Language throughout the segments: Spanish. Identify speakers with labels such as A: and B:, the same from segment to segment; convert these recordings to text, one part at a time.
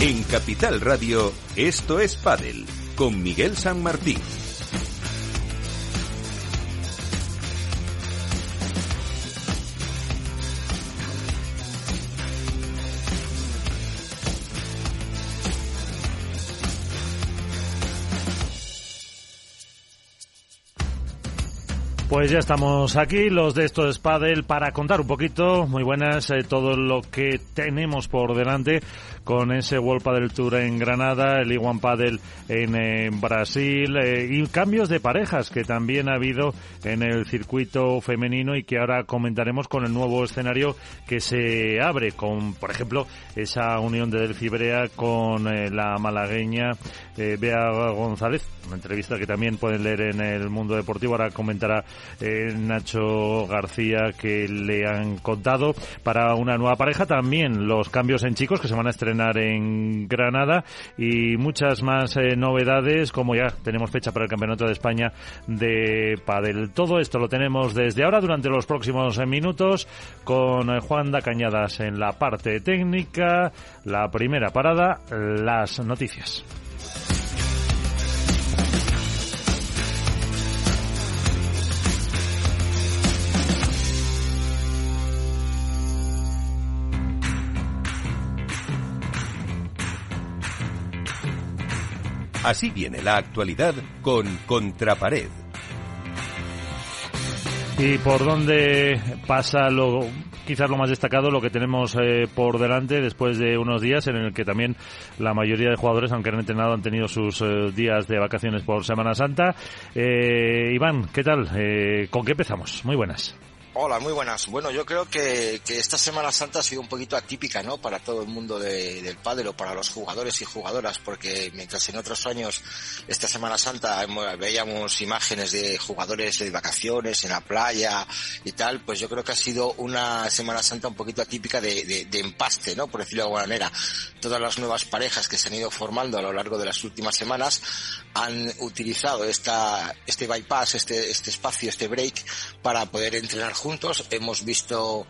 A: En Capital Radio, esto es Pádel, con Miguel San Martín.
B: Pues ya estamos aquí, los de Esto es Pádel, para contar un poquito, muy buenas, todo lo que tenemos por delante con ese World Padel Tour en Granada, el E1 Padel en Brasil y cambios de parejas que también ha habido en el circuito femenino y que ahora comentaremos con el nuevo escenario que se abre con, por ejemplo, esa unión de Delphi Brea con la malagueña Bea González, una entrevista que también pueden leer en El Mundo Deportivo. Ahora comentará Nacho García que le han contado para una nueva pareja, también los cambios en chicos que se van a estrenar en Granada y muchas más novedades, como ya tenemos fecha para el Campeonato de España de Pádel. Todo esto lo tenemos desde ahora durante los próximos minutos con Juan da Cañadas en la parte técnica. La primera parada, las noticias.
A: Así viene la actualidad con Contrapared.
B: ¿Y por dónde pasa quizás lo más destacado, lo que tenemos por delante después de unos días en el que también la mayoría de jugadores, aunque han entrenado, han tenido sus días de vacaciones por Semana Santa? Iván, ¿qué tal? ¿Con qué empezamos? Muy buenas.
C: Hola, muy buenas. Bueno, yo creo que esta Semana Santa ha sido un poquito atípica, ¿no? Para todo el mundo del pádel o para los jugadores y jugadoras, porque mientras en otros años esta Semana Santa veíamos imágenes de jugadores de vacaciones en la playa y tal, pues yo creo que ha sido una Semana Santa un poquito atípica de empaste, ¿no? Por decirlo de alguna manera. Todas las nuevas parejas que se han ido formando a lo largo de las últimas semanas han utilizado este bypass, este espacio, este break para poder entrenar juntos. Hemos visto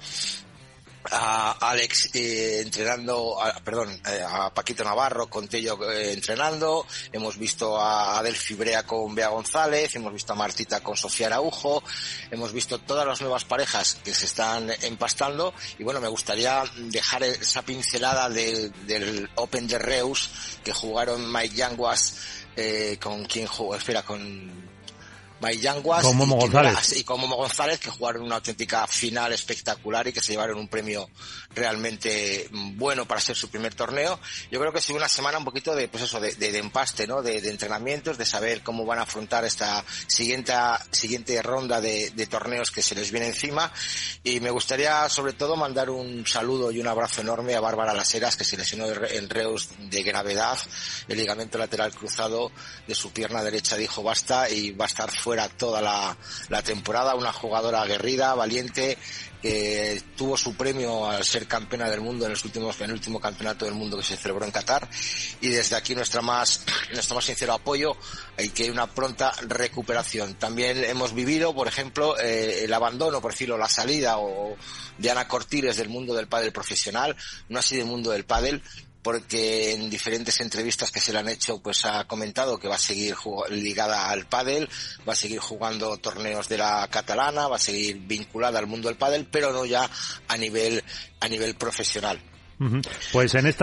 C: a Alex entrenando, a Paquito Navarro con Tello entrenando, hemos visto a Delphi Brea con Bea González, hemos visto a Martita con Sofía Araujo, hemos visto todas las nuevas parejas que se están empastando y bueno, me gustaría dejar esa pincelada del Open de Reus que jugaron Mike Yanguas con quien jugó, con Mike Yanguas
B: con Momo González.
C: Y con Momo González, que jugaron una auténtica final espectacular y que se llevaron un premio realmente bueno para ser su primer torneo. Yo creo que ha sido una semana un poquito de empaste, ¿no? De entrenamientos, de saber cómo van a afrontar esta siguiente ronda de torneos que se les viene encima. Y me gustaría sobre todo mandar un saludo y un abrazo enorme a Bárbara Las Heras, que se lesionó en Reus de gravedad, el ligamento lateral cruzado de su pierna derecha, dijo basta, y va a estar fuera toda la temporada. Una jugadora aguerrida, valiente, que tuvo su premio al ser campeona del mundo en el último campeonato del mundo que se celebró en Qatar, y desde aquí nuestro más sincero apoyo y que hay una pronta recuperación. También hemos vivido, por ejemplo, el abandono, por decirlo, la salida de Ana Cortires del mundo del pádel profesional, no así del mundo del pádel, porque en diferentes entrevistas que se le han hecho pues ha comentado que va a seguir ligada al pádel, va a seguir jugando torneos de la catalana, va a seguir vinculada al mundo del pádel, pero no ya a nivel profesional.
B: Pues en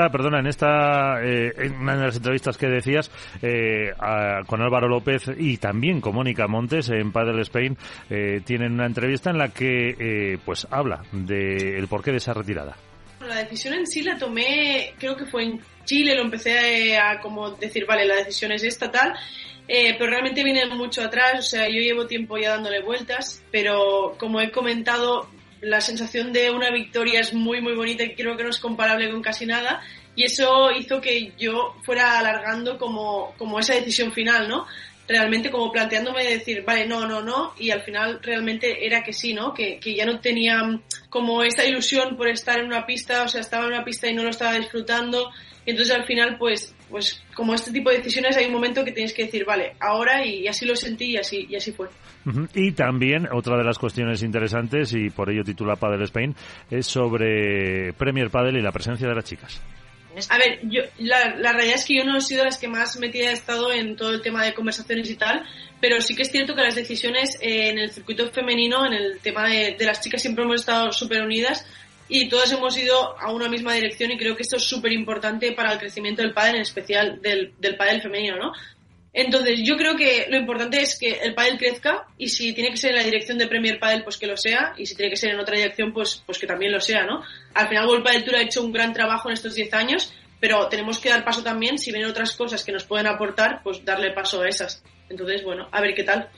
B: una de las entrevistas que decías con Álvaro López y también con Mónica Montes en Padel Spain, tienen una entrevista en la que pues habla del porqué de esa retirada.
D: La decisión en sí la tomé, creo que fue en Chile, lo empecé a como decir, vale, la decisión es esta, tal, pero realmente viene mucho atrás, o sea, yo llevo tiempo ya dándole vueltas, pero como he comentado, la sensación de una victoria es muy muy bonita y creo que no es comparable con casi nada, y eso hizo que yo fuera alargando como esa decisión final, ¿no? Realmente como planteándome decir, vale, no, y al final realmente era que sí, ¿no? Que ya no tenía como esa ilusión por estar en una pista, o sea, estaba en una pista y no lo estaba disfrutando, y entonces al final pues como este tipo de decisiones hay un momento que tienes que decir, vale, ahora, y así lo sentí y así fue.
B: Y también otra de las cuestiones interesantes, y por ello titula Padel Spain, es sobre Premier Padel y la presencia de las chicas.
D: A ver, la realidad es que yo no he sido las que más metida he estado en todo el tema de conversaciones y tal, pero sí que es cierto que las decisiones en el circuito femenino, en el tema de las chicas, siempre hemos estado súper unidas y todas hemos ido a una misma dirección, y creo que esto es súper importante para el crecimiento del pádel, en especial del pádel femenino, ¿no? Entonces, yo creo que lo importante es que el pádel crezca, y si tiene que ser en la dirección de Premier Padel, pues que lo sea, y si tiene que ser en otra dirección, pues que también lo sea, ¿no? Al final, World Padel Tour ha hecho un gran trabajo en estos 10 años, pero tenemos que dar paso también, si vienen otras cosas que nos pueden aportar, pues darle paso a esas. Entonces, bueno, a ver qué tal.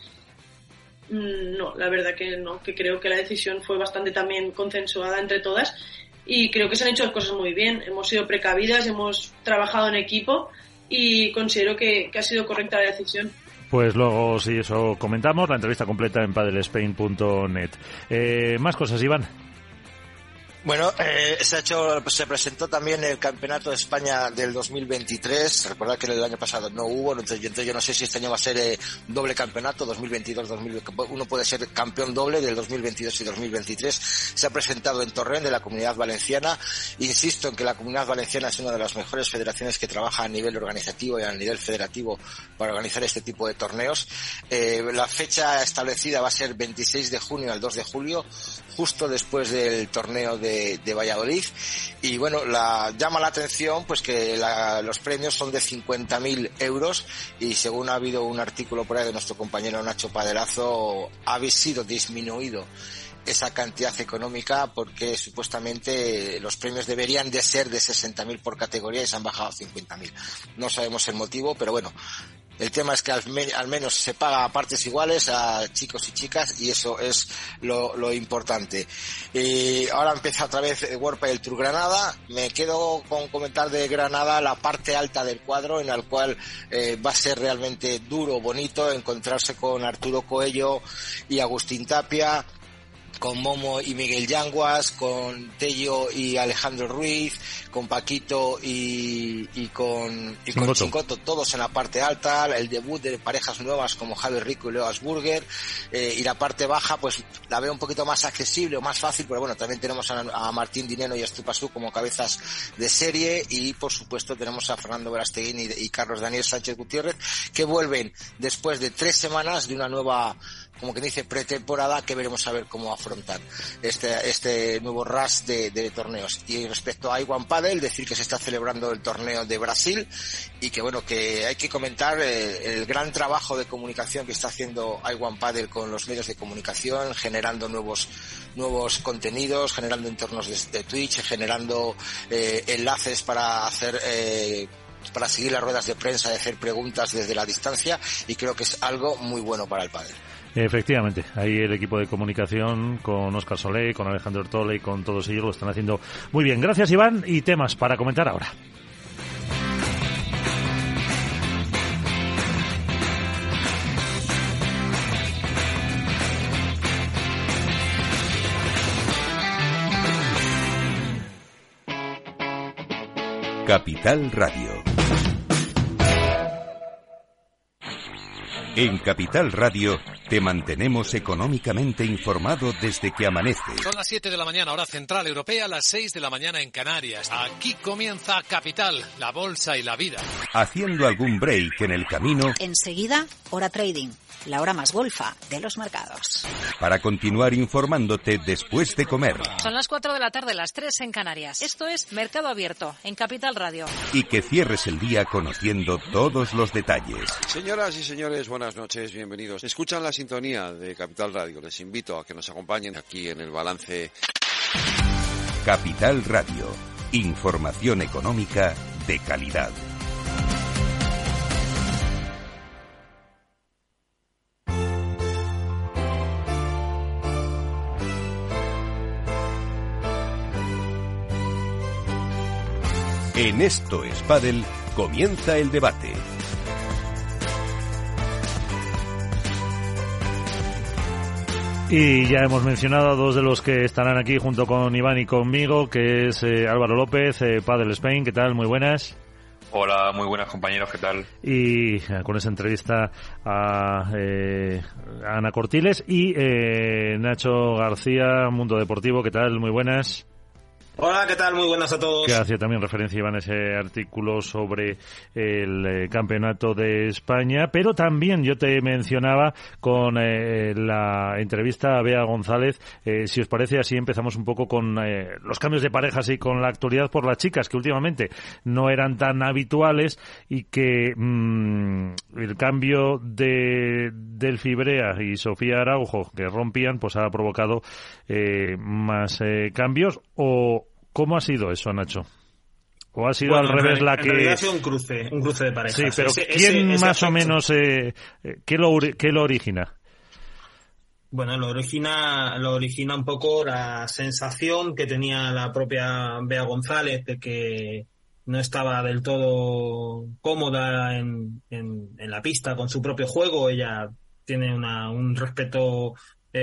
D: No, la verdad que no, que creo que la decisión fue bastante también consensuada entre todas, y creo que se han hecho las cosas muy bien. Hemos sido precavidas, hemos trabajado en equipo, y considero que ha sido correcta la decisión.
B: Pues luego, si eso comentamos, la entrevista completa en padelspain.net. Más cosas, Iván.
C: Bueno, se presentó también el Campeonato de España del 2023. Recordad que el año pasado no hubo, entonces yo no sé si este año va a ser doble campeonato, 2022-2023. Uno puede ser campeón doble del 2022 y 2023. Se ha presentado en Torrent, de la Comunidad Valenciana. Insisto en que la Comunidad Valenciana es una de las mejores federaciones que trabaja a nivel organizativo y a nivel federativo para organizar este tipo de torneos. La fecha establecida va a ser 26 de junio al 2 de julio, justo después del torneo de Valladolid. Y bueno, llama la atención pues que los premios son de 50.000 euros, y según ha habido un artículo por ahí de nuestro compañero Nacho Padelazo, ha sido disminuido esa cantidad económica porque supuestamente los premios deberían de ser de 60.000 por categoría y se han bajado a 50.000. No sabemos el motivo, pero bueno, el tema es que al menos se paga a partes iguales a chicos y chicas, y eso es lo importante. Y ahora empieza otra vez World Padel Tour Granada. Me quedo con comentar de Granada la parte alta del cuadro, en el cual va a ser realmente duro, bonito encontrarse con Arturo Coello y Agustín Tapia, con Momo y Miguel Yanguas, con Tello y Alejandro Ruiz, con Paquito y con Chincoto, todos en la parte alta, el debut de parejas nuevas como Javi Rico y Leo Asburger, y la parte baja pues la veo un poquito más accesible o más fácil, pero bueno, también tenemos a Martín Dineno y a Estupasú como cabezas de serie, y por supuesto tenemos a Fernando Verasteguín y Carlos Daniel Sánchez Gutiérrez, que vuelven después de 3 semanas de una nueva, como que dice, pretemporada, que veremos a ver cómo afrontan este nuevo rush de torneos. Y respecto a iWan Padel, decir que se está celebrando el torneo de Brasil, y que bueno, que hay que comentar el gran trabajo de comunicación que está haciendo iWan Padel con los medios de comunicación, generando nuevos contenidos, generando entornos de Twitch, generando enlaces para hacer para seguir las ruedas de prensa y hacer preguntas desde la distancia, y creo que es algo muy bueno para el pádel.
B: Efectivamente, ahí el equipo de comunicación con Óscar Solé, con Alejandro Ortola y con todos ellos lo están haciendo muy bien. Gracias, Iván, y temas para comentar ahora.
A: Capital Radio. En Capital Radio te mantenemos económicamente informado desde que amanece.
E: Son las 7 de la mañana, hora central europea, las 6 de la mañana en Canarias. Aquí comienza Capital, la bolsa y la vida.
A: Haciendo algún break en el camino.
F: Enseguida, hora trading, la hora más golfa de los mercados.
A: Para continuar informándote después de comer.
G: Son las 4 de la tarde, las 3 en Canarias. Esto es Mercado Abierto, en Capital Radio.
A: Y que cierres el día conociendo todos los detalles.
H: Señoras y señores, buenas noches, bienvenidos. Escuchan la sintonía de Capital Radio. Les invito a que nos acompañen aquí en el balance.
A: Capital Radio. Información económica de calidad. En Esto es Padel, comienza el debate.
B: Y ya hemos mencionado a dos de los que estarán aquí junto con Iván y conmigo, que es Álvaro López, Padel Spain. ¿Qué tal? Muy buenas.
I: Hola, muy buenas compañeros, ¿qué tal?
B: Y con esa entrevista a Ana Cortiles y Nacho García, Mundo Deportivo. ¿Qué tal? Muy buenas.
J: Hola, ¿qué tal? Muy buenas a todos.
B: Que hacía también referencia, Iván, ese artículo sobre el campeonato de España, pero también yo te mencionaba con la entrevista a Bea González, si os parece así empezamos un poco con los cambios de parejas y con la actualidad por las chicas, que últimamente no eran tan habituales y que el cambio de Delphi Brea y Sofía Araujo, que rompían, pues ha provocado más cambios. ¿O cómo ha sido eso, Nacho? ¿O ha sido al revés la que...?
J: En realidad ha sido un cruce de parejas.
B: Sí, pero ¿quién más o menos... ¿qué lo origina?
J: Bueno, lo origina un poco la sensación que tenía la propia Bea González de que no estaba del todo cómoda en la pista con su propio juego. Ella tiene un respeto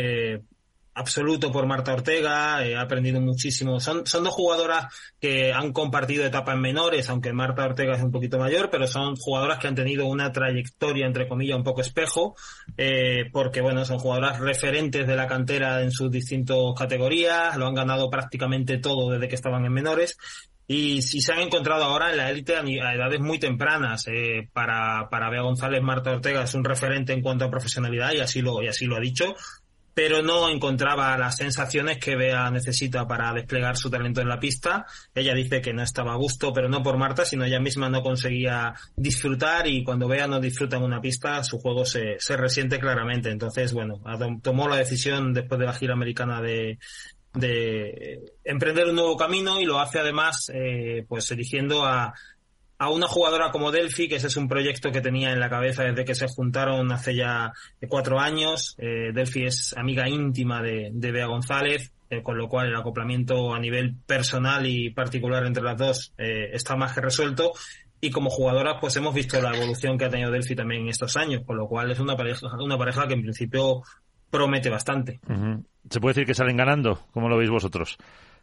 J: absoluto por Marta Ortega, ha aprendido muchísimo. Son dos jugadoras que han compartido etapas en menores, aunque Marta Ortega es un poquito mayor, pero son jugadoras que han tenido una trayectoria, entre comillas, un poco espejo, porque bueno, son jugadoras referentes de la cantera en sus distintas categorías, lo han ganado prácticamente todo desde que estaban en menores. Y si se han encontrado ahora en la élite a edades muy tempranas. Para Bea González, Marta Ortega es un referente en cuanto a profesionalidad y así lo ha dicho, pero no encontraba las sensaciones que Bea necesita para desplegar su talento en la pista. Ella dice que no estaba a gusto, pero no por Marta, sino ella misma no conseguía disfrutar, y cuando Bea no disfruta en una pista, su juego se resiente claramente. Entonces, bueno, tomó la decisión después de la gira americana de emprender un nuevo camino, y lo hace además pues eligiendo a una jugadora como Delphi, que ese es un proyecto que tenía en la cabeza desde que se juntaron hace ya 4 años. Delphi es amiga íntima de Bea González, con lo cual el acoplamiento a nivel personal y particular entre las dos está más que resuelto. Y como jugadora, pues hemos visto la evolución que ha tenido Delphi también en estos años, con lo cual es una pareja que en principio promete bastante.
B: Uh-huh. ¿Se puede decir que salen ganando? ¿Cómo lo veis vosotros?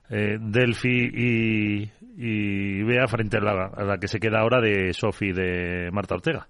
B: Delphi y Bea frente a la que se queda ahora de Sofi, de Marta Ortega.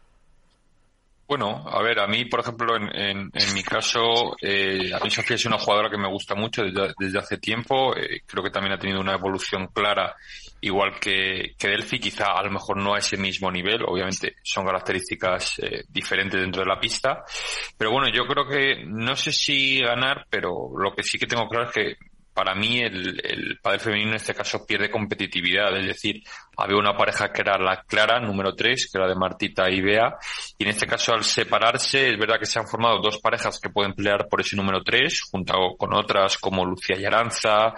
I: Bueno, a ver, a mí, por ejemplo, en mi caso, a mí Sofía es una jugadora que me gusta mucho desde hace tiempo. Creo que también ha tenido una evolución clara, igual que Delphi, quizá a lo mejor no a ese mismo nivel. Obviamente son características diferentes dentro de la pista. Pero bueno, yo creo que, no sé si ganar, pero lo que sí que tengo claro es que para mí el pádel femenino en este caso pierde competitividad. Es decir, había una pareja que era la clara, número 3, que era de Martita y Bea, y en este caso al separarse es verdad que se han formado 2 parejas que pueden pelear por ese número 3, junto con otras como Lucía y Aranza,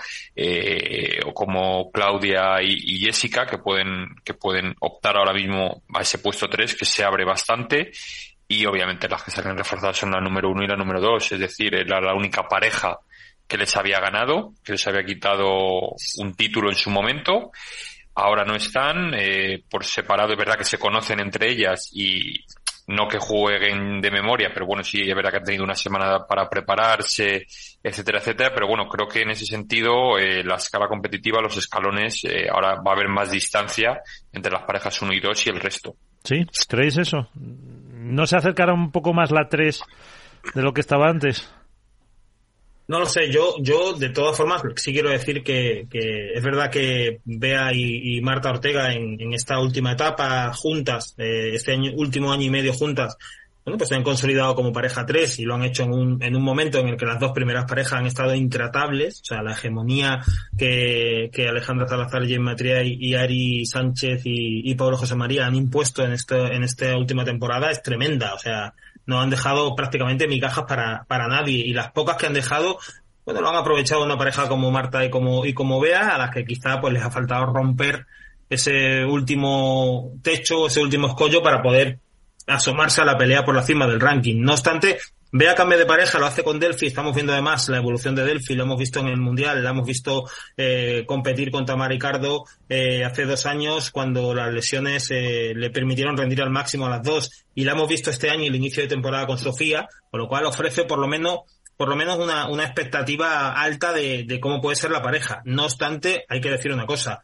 I: o como Claudia y Jessica, que pueden optar ahora mismo a ese puesto 3, que se abre bastante. Y obviamente las que salen reforzadas son la número 1 y la número 2, es decir, era la única pareja que les había ganado, que les había quitado un título en su momento. Ahora no están, por separado. Es verdad que se conocen entre ellas y no que jueguen de memoria, pero bueno, sí, es verdad que han tenido una semana para prepararse, etcétera, etcétera. Pero bueno, creo que en ese sentido, la escala competitiva, los escalones, ahora va a haber más distancia entre las parejas 1 y 2 y el resto.
B: ¿Sí? ¿Creéis eso? ¿No se acercará un poco más la 3 de lo que estaba antes?
J: No lo sé, yo de todas formas sí quiero decir que es verdad que Bea y Marta Ortega en esta última etapa juntas, último año y medio juntas, bueno, pues se han consolidado como pareja 3 y lo han hecho en un momento en el que las 2 primeras parejas han estado intratables. O sea, la hegemonía que Alejandra Salazar, Jane Matria y Ari Sánchez y Pablo José María han impuesto en esta última temporada es tremenda. O sea, no han dejado prácticamente migajas para nadie, y las pocas que han dejado, bueno, lo han aprovechado una pareja como Marta y como Bea, a las que quizá pues les ha faltado romper ese último techo, ese último escollo para poder asomarse a la pelea por la cima del ranking. No obstante, Bea cambia de pareja, lo hace con Delphi. Estamos viendo además la evolución de Delphi, lo hemos visto en el Mundial, la hemos visto competir contra Mari Cardo hace 2 años, cuando las lesiones le permitieron rendir al máximo a las 2, y la hemos visto este año, el inicio de temporada con Sofía, con lo cual ofrece por lo menos una expectativa alta de cómo puede ser la pareja. No obstante, hay que decir una cosa,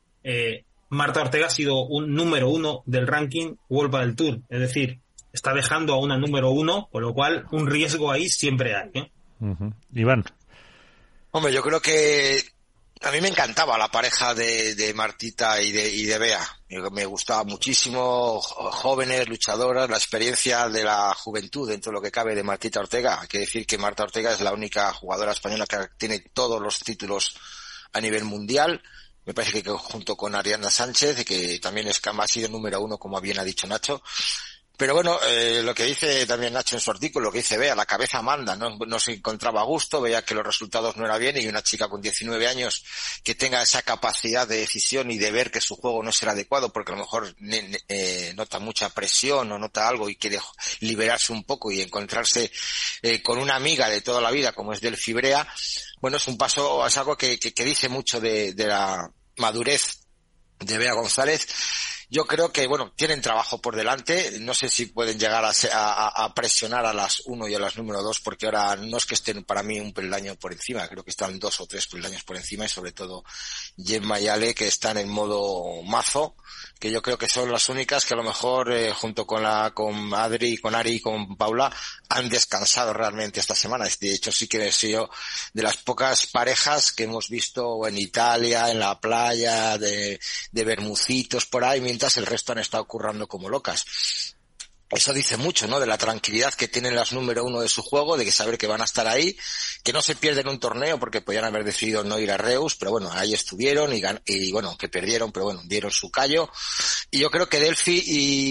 J: Marta Ortega ha sido un número 1 del ranking World Padel Tour, es decir, está dejando a una número 1, con lo cual un riesgo ahí siempre hay, ¿eh?
B: Uh-huh. Iván.
C: Hombre, yo creo que A mí me encantaba la pareja de Martita y de Bea. Me gustaba muchísimo, jóvenes, luchadoras, la experiencia de la juventud dentro de lo que cabe de Martita Ortega. Hay que decir que Marta Ortega es la única jugadora española que tiene todos los títulos a nivel mundial. Me parece que junto con Ariadna Sánchez, que también ha sido número 1, como bien ha dicho Nacho. Pero bueno, lo que dice también Nacho en su artículo, lo que dice Bea, la cabeza manda, no se encontraba a gusto, veía que los resultados no eran bien, y una chica con 19 años que tenga esa capacidad de decisión y de ver que su juego no es el adecuado, porque a lo mejor nota mucha presión o nota algo y quiere liberarse un poco y encontrarse con una amiga de toda la vida como es Delphi Brea. Bueno, es algo que dice mucho de la madurez de Bea González. Yo creo que, bueno, tienen trabajo por delante. No sé si pueden llegar a presionar a las 1 y a las número 2, porque ahora no es que estén para mí un peldaño por encima. Creo que están 2 o 3 peldaños por encima, y sobre todo Gemma y Ale, que están en modo mazo, que yo creo que son las únicas que a lo mejor, junto con Adri, con Ari y con Paula, han descansado realmente esta semana. De hecho, sí que he sido de las pocas parejas que hemos visto en Italia, en la playa, de bermucitos por ahí, mientras el resto han estado currando como locas. Eso dice mucho, ¿no? De la tranquilidad que tienen las número 1 de su juego, de que saber que van a estar ahí, que no se pierden un torneo, porque podían haber decidido no ir a Reus, pero bueno, ahí estuvieron y bueno, que perdieron, pero bueno, dieron su callo. Y yo creo que Delphi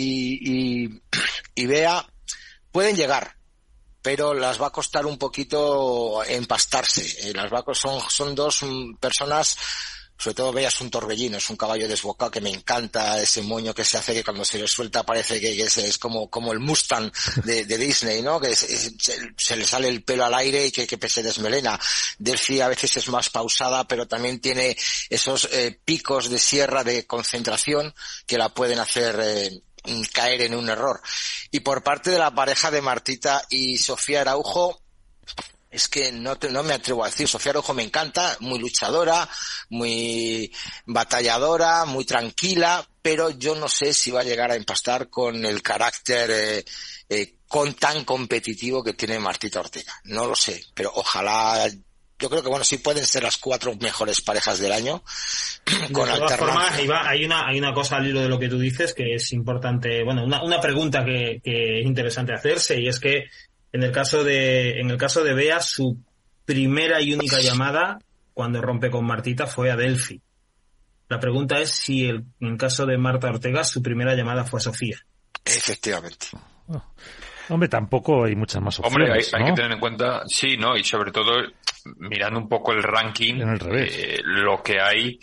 C: y Bea pueden llegar, pero las va a costar un poquito empastarse. Son dos personas. Sobre todo Bea es un torbellino, es un caballo desbocado que me encanta, ese moño que se hace, que cuando se le suelta parece que es como el Mustang de Disney, ¿no? Que se le sale el pelo al aire y que se desmelena. Delphi a veces es más pausada, pero también tiene esos picos de sierra de concentración que la pueden hacer caer en un error. Y por parte de la pareja de Martita y Sofía Araujo, es que no me atrevo a decir. Sofía Araujo me encanta, muy luchadora, muy batalladora, muy tranquila, pero yo no sé si va a llegar a empastar con el carácter tan competitivo que tiene Martita Ortega. No lo sé, pero ojalá. Yo creo que bueno, sí pueden ser las 4 mejores parejas del año. Con
J: de todas formas, Iván, hay una cosa al hilo de lo que tú dices que es importante. Bueno, una pregunta que es interesante hacerse, y es que en el caso de Bea, su primera y única llamada cuando rompe con Martita fue a Delphi. La pregunta es si en caso de Marta Ortega su primera llamada fue a Sofía.
C: Efectivamente.
B: Hombre, tampoco hay muchas más opciones.
I: Hombre, hay
B: ¿no?
I: que tener en cuenta, sí, ¿no? Y sobre todo, mirando un poco el ranking,
B: en el revés.
I: Lo que hay,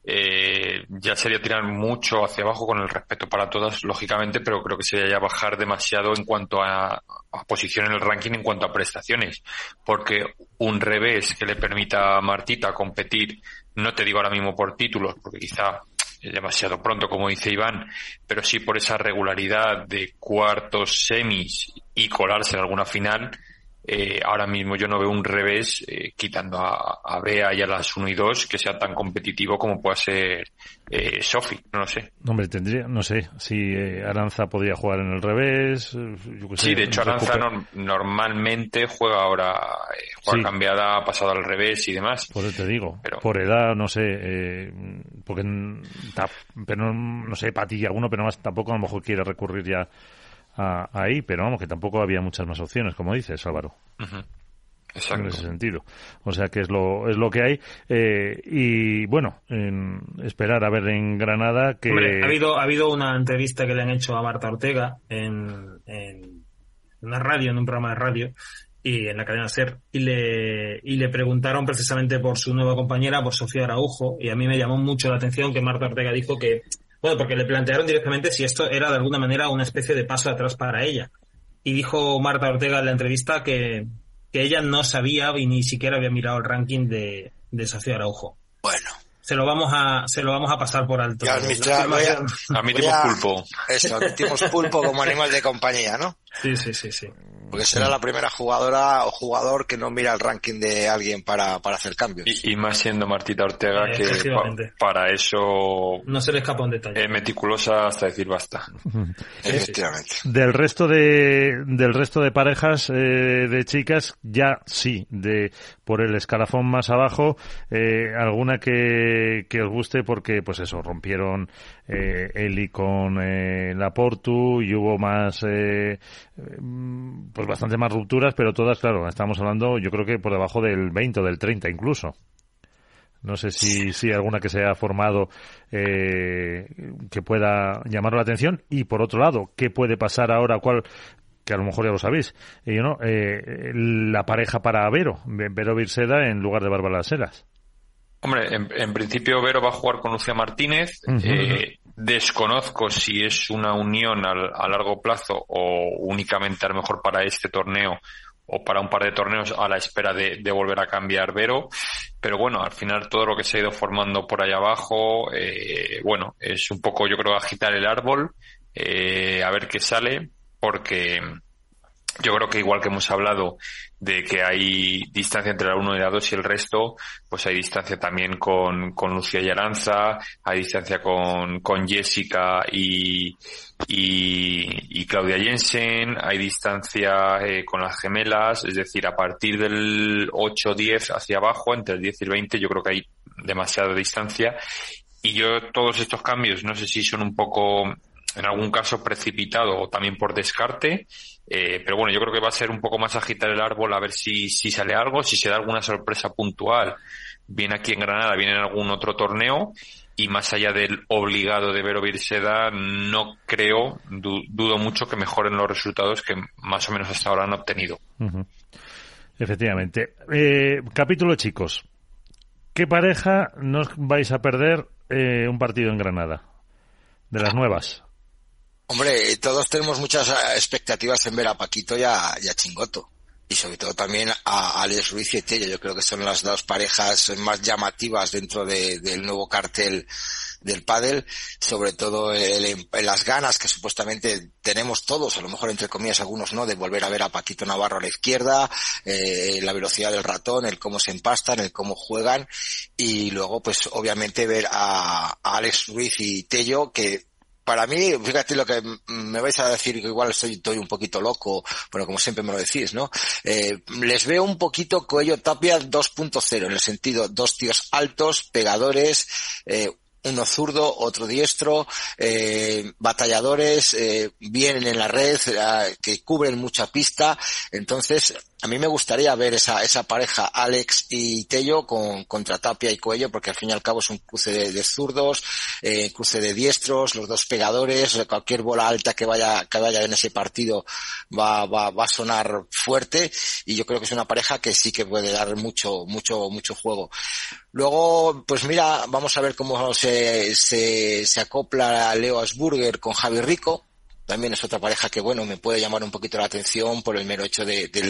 I: ya sería tirar mucho hacia abajo, con el respeto para todas, lógicamente, pero creo que sería ya bajar demasiado en cuanto a posición en el ranking, en cuanto a prestaciones, porque un revés que le permita a Martita competir, no te digo ahora mismo por títulos, porque quizá es demasiado pronto, como dice Iván, pero sí por esa regularidad de cuartos, semis y colarse en alguna final. Ahora mismo yo no veo un revés, quitando a Bea y a las 1 y 2, que sea tan competitivo como pueda ser Sofi, no lo sé.
B: Hombre, no sé si Aranza podría jugar en el revés. Yo que sé,
I: sí, de hecho Aranza normalmente juega ahora, juega sí, cambiada, pasado al revés y demás.
B: Por eso te digo, pero por edad, no sé, porque pero no sé, Pati y alguno, pero más tampoco a lo mejor quiere recurrir ya ahí, pero vamos, que tampoco había muchas más opciones, como dices, Álvaro.
I: Uh-huh. Exacto.
B: En ese sentido. O sea que es lo que hay. Y bueno, esperar a ver en Granada que...
J: Hombre, ha habido una entrevista que le han hecho a Marta Ortega en una radio, en un programa de radio, y en la cadena SER, y le preguntaron precisamente por su nueva compañera, por Sofía Araujo, y a mí me llamó mucho la atención que Marta Ortega dijo que, bueno, porque le plantearon directamente si esto era de alguna manera una especie de paso atrás para ella. Y dijo Marta Ortega en la entrevista que ella no sabía y ni siquiera había mirado el ranking de Sofía Araujo.
C: Bueno.
J: Se lo vamos a pasar por alto.
C: Ya
I: admitimos pulpo.
C: Eso, admitimos pulpo como animal de compañía, ¿no?
J: Sí.
C: Porque será la primera jugadora o jugador que no mira el ranking de alguien para hacer cambios.
I: Y más siendo Martita Ortega, que para eso
J: no se le escapa un detalle.
I: Es meticulosa hasta decir basta.
C: Efectivamente.
B: Del resto de parejas de chicas, ya sí, por el escalafón más abajo, alguna que os guste, porque pues eso, rompieron Eli con la Portu y hubo más pues bastante más rupturas, pero todas, claro, estamos hablando, yo creo que por debajo del 20 o del 30 incluso. No sé si alguna que se ha formado que pueda llamar la atención. Y por otro lado, ¿qué puede pasar ahora? Que a lo mejor ya lo sabéis, la pareja para Vero Birseda en lugar de Bárbara Selas.
I: Hombre, en principio Vero va a jugar con Lucía Martínez. Desconozco si es una unión a largo plazo o únicamente a lo mejor para este torneo o para un par de torneos a la espera de volver a cambiar Vero. Pero bueno, al final todo lo que se ha ido formando por ahí abajo, bueno, es un poco, yo creo, agitar el árbol, a ver qué sale, porque yo creo que igual que hemos hablado de que hay distancia entre la 1 y la 2 y el resto, pues hay distancia también con Lucía y Aranza, hay distancia con Jessica y Claudia Jensen, hay distancia con las gemelas, es decir, a partir del 8-10 hacia abajo, entre el 10 y el 20, yo creo que hay demasiada distancia. Y yo todos estos cambios, no sé si son un poco, en algún caso precipitado o también por descarte, pero bueno, yo creo que va a ser un poco más agitar el árbol a ver si sale algo, si se da alguna sorpresa puntual, bien aquí en Granada, bien en algún otro torneo, y más allá del obligado de Vero Birseda, no creo, dudo mucho que mejoren los resultados que más o menos hasta ahora han obtenido.
B: Efectivamente. Capítulo chicos. ¿Qué pareja no vais a perder un partido en Granada? De las nuevas.
C: Hombre, todos tenemos muchas expectativas en ver a Paquito y a Chingoto. Y sobre todo también a Alex Ruiz y Tello. Yo creo que son las dos parejas más llamativas dentro del nuevo cartel del pádel. Sobre todo en las ganas que supuestamente tenemos todos, a lo mejor entre comillas algunos no, de volver a ver a Paquito Navarro a la izquierda, la velocidad del ratón, el cómo se empastan, el cómo juegan. Y luego pues obviamente ver a Alex Ruiz y Tello, que para mí, fíjate lo que me vais a decir, que igual estoy un poquito loco, bueno, como siempre me lo decís, ¿no? Les veo un poquito Coello Tapia 2.0, en el sentido, dos tíos altos, pegadores, uno zurdo, otro diestro, batalladores, vienen en la red, que cubren mucha pista. Entonces, a mí me gustaría ver esa pareja Alex y Tello contra Tapia y Coello, porque al fin y al cabo es un cruce de zurdos, cruce de diestros, los dos pegadores, cualquier bola alta que vaya en ese partido va a sonar fuerte, y yo creo que es una pareja que sí que puede dar mucho juego. Luego, pues mira, vamos a ver cómo se acopla Leo Asburger con Javi Rico. También es otra pareja que, bueno, me puede llamar un poquito la atención por el mero hecho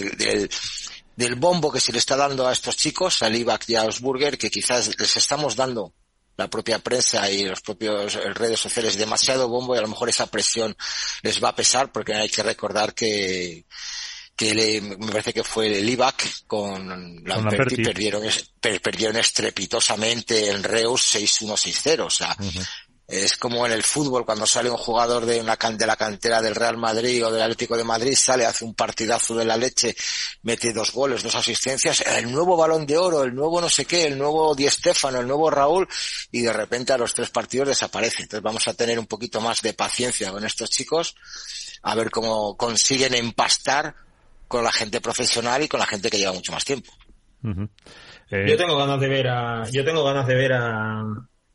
C: del bombo que se le está dando a estos chicos, a Libac y a Asburger, que quizás les estamos dando, la propia prensa y los propios redes sociales, demasiado bombo, y a lo mejor esa presión les va a pesar, porque hay que recordar que me parece que fue el Libac con Lamperti, perdieron estrepitosamente en Reus 6-1, 6-0, o sea, es como en el fútbol, cuando sale un jugador de la cantera del Real Madrid o del Atlético de Madrid, sale, hace un partidazo de la leche, mete 2 goles, 2 asistencias, el nuevo Balón de Oro, el nuevo no sé qué, el nuevo Di Stéfano, el nuevo Raúl, y de repente a los 3 partidos desaparece. Entonces vamos a tener un poquito más de paciencia con estos chicos, a ver cómo consiguen empastar con la gente profesional y con la gente que lleva mucho más tiempo.
J: Yo tengo ganas de ver a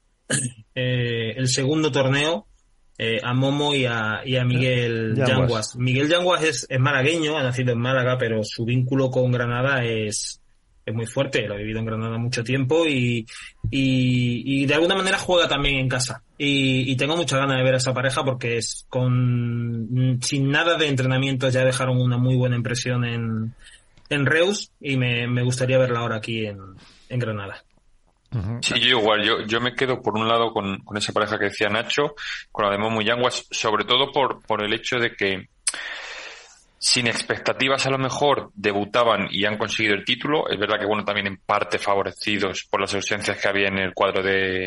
J: el segundo torneo, a Momo y a Miguel Yanguas. Miguel Yanguas es malagueño, ha nacido en Málaga, pero su vínculo con Granada es muy fuerte. Lo ha vivido en Granada mucho tiempo y de alguna manera juega también en casa. Y tengo muchas ganas de ver a esa pareja, porque sin nada de entrenamiento ya dejaron una muy buena impresión en Reus, y me gustaría verla ahora aquí en Granada.
I: Sí, yo igual, yo me quedo por un lado con esa pareja que decía Nacho, con la de Momo y Yanguas, sobre todo por el hecho de que sin expectativas a lo mejor debutaban y han conseguido el título. Es verdad que bueno, también en parte favorecidos por las ausencias que había en el cuadro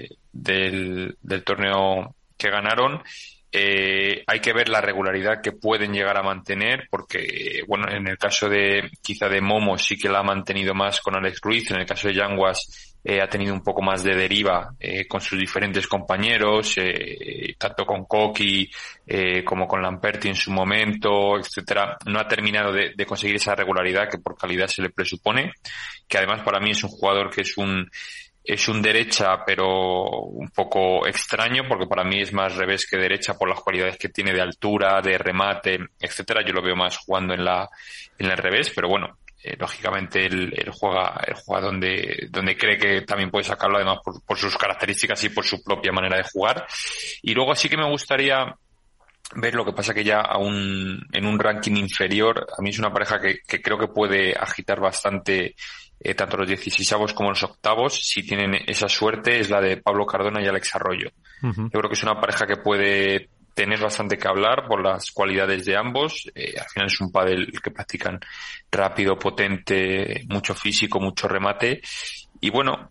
I: del torneo que ganaron. Hay que ver la regularidad que pueden llegar a mantener, porque bueno, en el caso quizá de Momo sí que la ha mantenido más con Alex Ruiz, en el caso de Yanguas ha tenido un poco más de deriva con sus diferentes compañeros, tanto con Koki como con Lamperti en su momento, etcétera. No ha terminado de conseguir esa regularidad que por calidad se le presupone, que además para mí es un jugador que es un derecha, pero un poco extraño, porque para mí es más revés que derecha por las cualidades que tiene de altura, de remate, etcétera. Yo lo veo más jugando en el revés, pero bueno, lógicamente él juega donde cree que también puede sacarlo, además por sus características y por su propia manera de jugar. Y luego sí que me gustaría ver, lo que pasa que ya en un ranking inferior, a mí es una pareja que creo que puede agitar bastante tanto los 16avos como los octavos, si tienen esa suerte, es la de Pablo Cardona y Alex Arroyo. Uh-huh. Yo creo que es una pareja que puede tener bastante que hablar por las cualidades de ambos. Al final es un pádel que practican rápido, potente, mucho físico, mucho remate. Y bueno,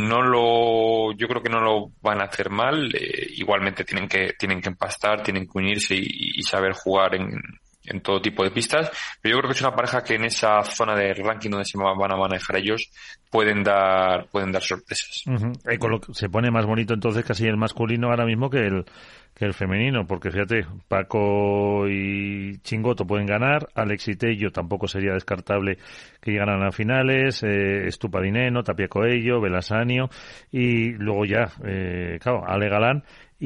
I: yo creo que no lo van a hacer mal. Igualmente tienen que empastar, tienen que unirse y saber jugar en todo tipo de pistas, pero yo creo que es una pareja que en esa zona de ranking donde se van a manejar ellos pueden dar sorpresas.
B: Uh-huh. Se pone más bonito entonces casi el masculino ahora mismo que el femenino, porque fíjate, Paco y Chingoto pueden ganar, Alex y Tello tampoco sería descartable que llegaran a finales, Estupa Dineno, Tapia Coello, Belasanio, y luego ya, claro, Ale Galán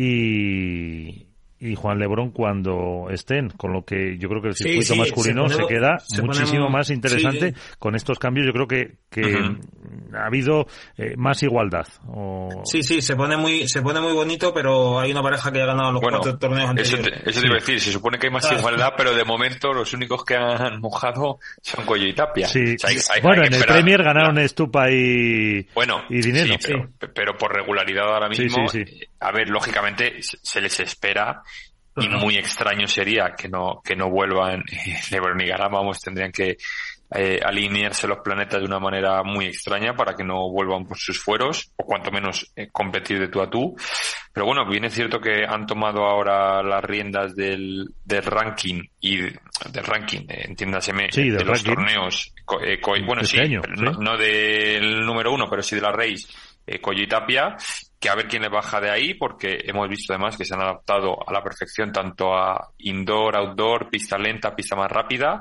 B: y Juan Lebrón cuando estén, con lo que yo creo que el circuito masculino se queda muchísimo más interesante con estos cambios. Yo creo que uh-huh. Ha habido más igualdad.
J: Sí, se pone muy bonito, pero hay una pareja que ha ganado los 4 torneos anteriores.
I: Eso te iba a decir, se supone que hay más igualdad, pero de momento los únicos que han mojado son Coello y Tapia.
B: Sí. O sea, en el Premier ganaron Estupa y Dineno.
I: Sí, pero por regularidad ahora mismo, a ver, lógicamente se les espera. Y muy extraño sería que no vuelvan Lebrón y Galán, tendrían que alinearse los planetas de una manera muy extraña para que no vuelvan por sus fueros, o cuanto menos competir de tú a tú. Pero bueno, bien es cierto que han tomado ahora las riendas del ranking entiéndaseme, de los torneos, no del número 1, pero sí de la Race, Coello y Tapia, que a ver quién le baja de ahí, porque hemos visto además que se han adaptado a la perfección tanto a indoor, outdoor, pista lenta, pista más rápida.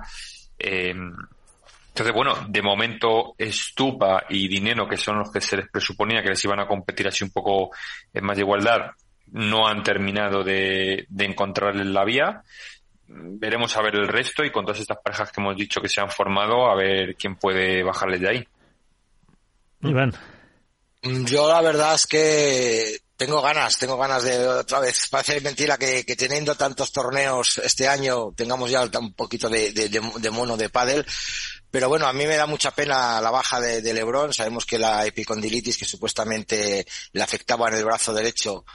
I: Entonces, bueno, de momento Estupa y Dineno, que son los que se les presuponía que les iban a competir así un poco en más de igualdad, no han terminado de encontrar la vía. Veremos a ver el resto, y con todas estas parejas que hemos dicho que se han formado, a ver quién puede bajarles de ahí.
B: Iván.
C: Yo la verdad es que tengo ganas de otra vez. Parece mentira que teniendo tantos torneos este año tengamos ya un poquito de mono de pádel. Pero bueno, a mí me da mucha pena la baja de Lebrón. Sabemos que la epicondilitis que supuestamente le afectaba en el brazo derecho,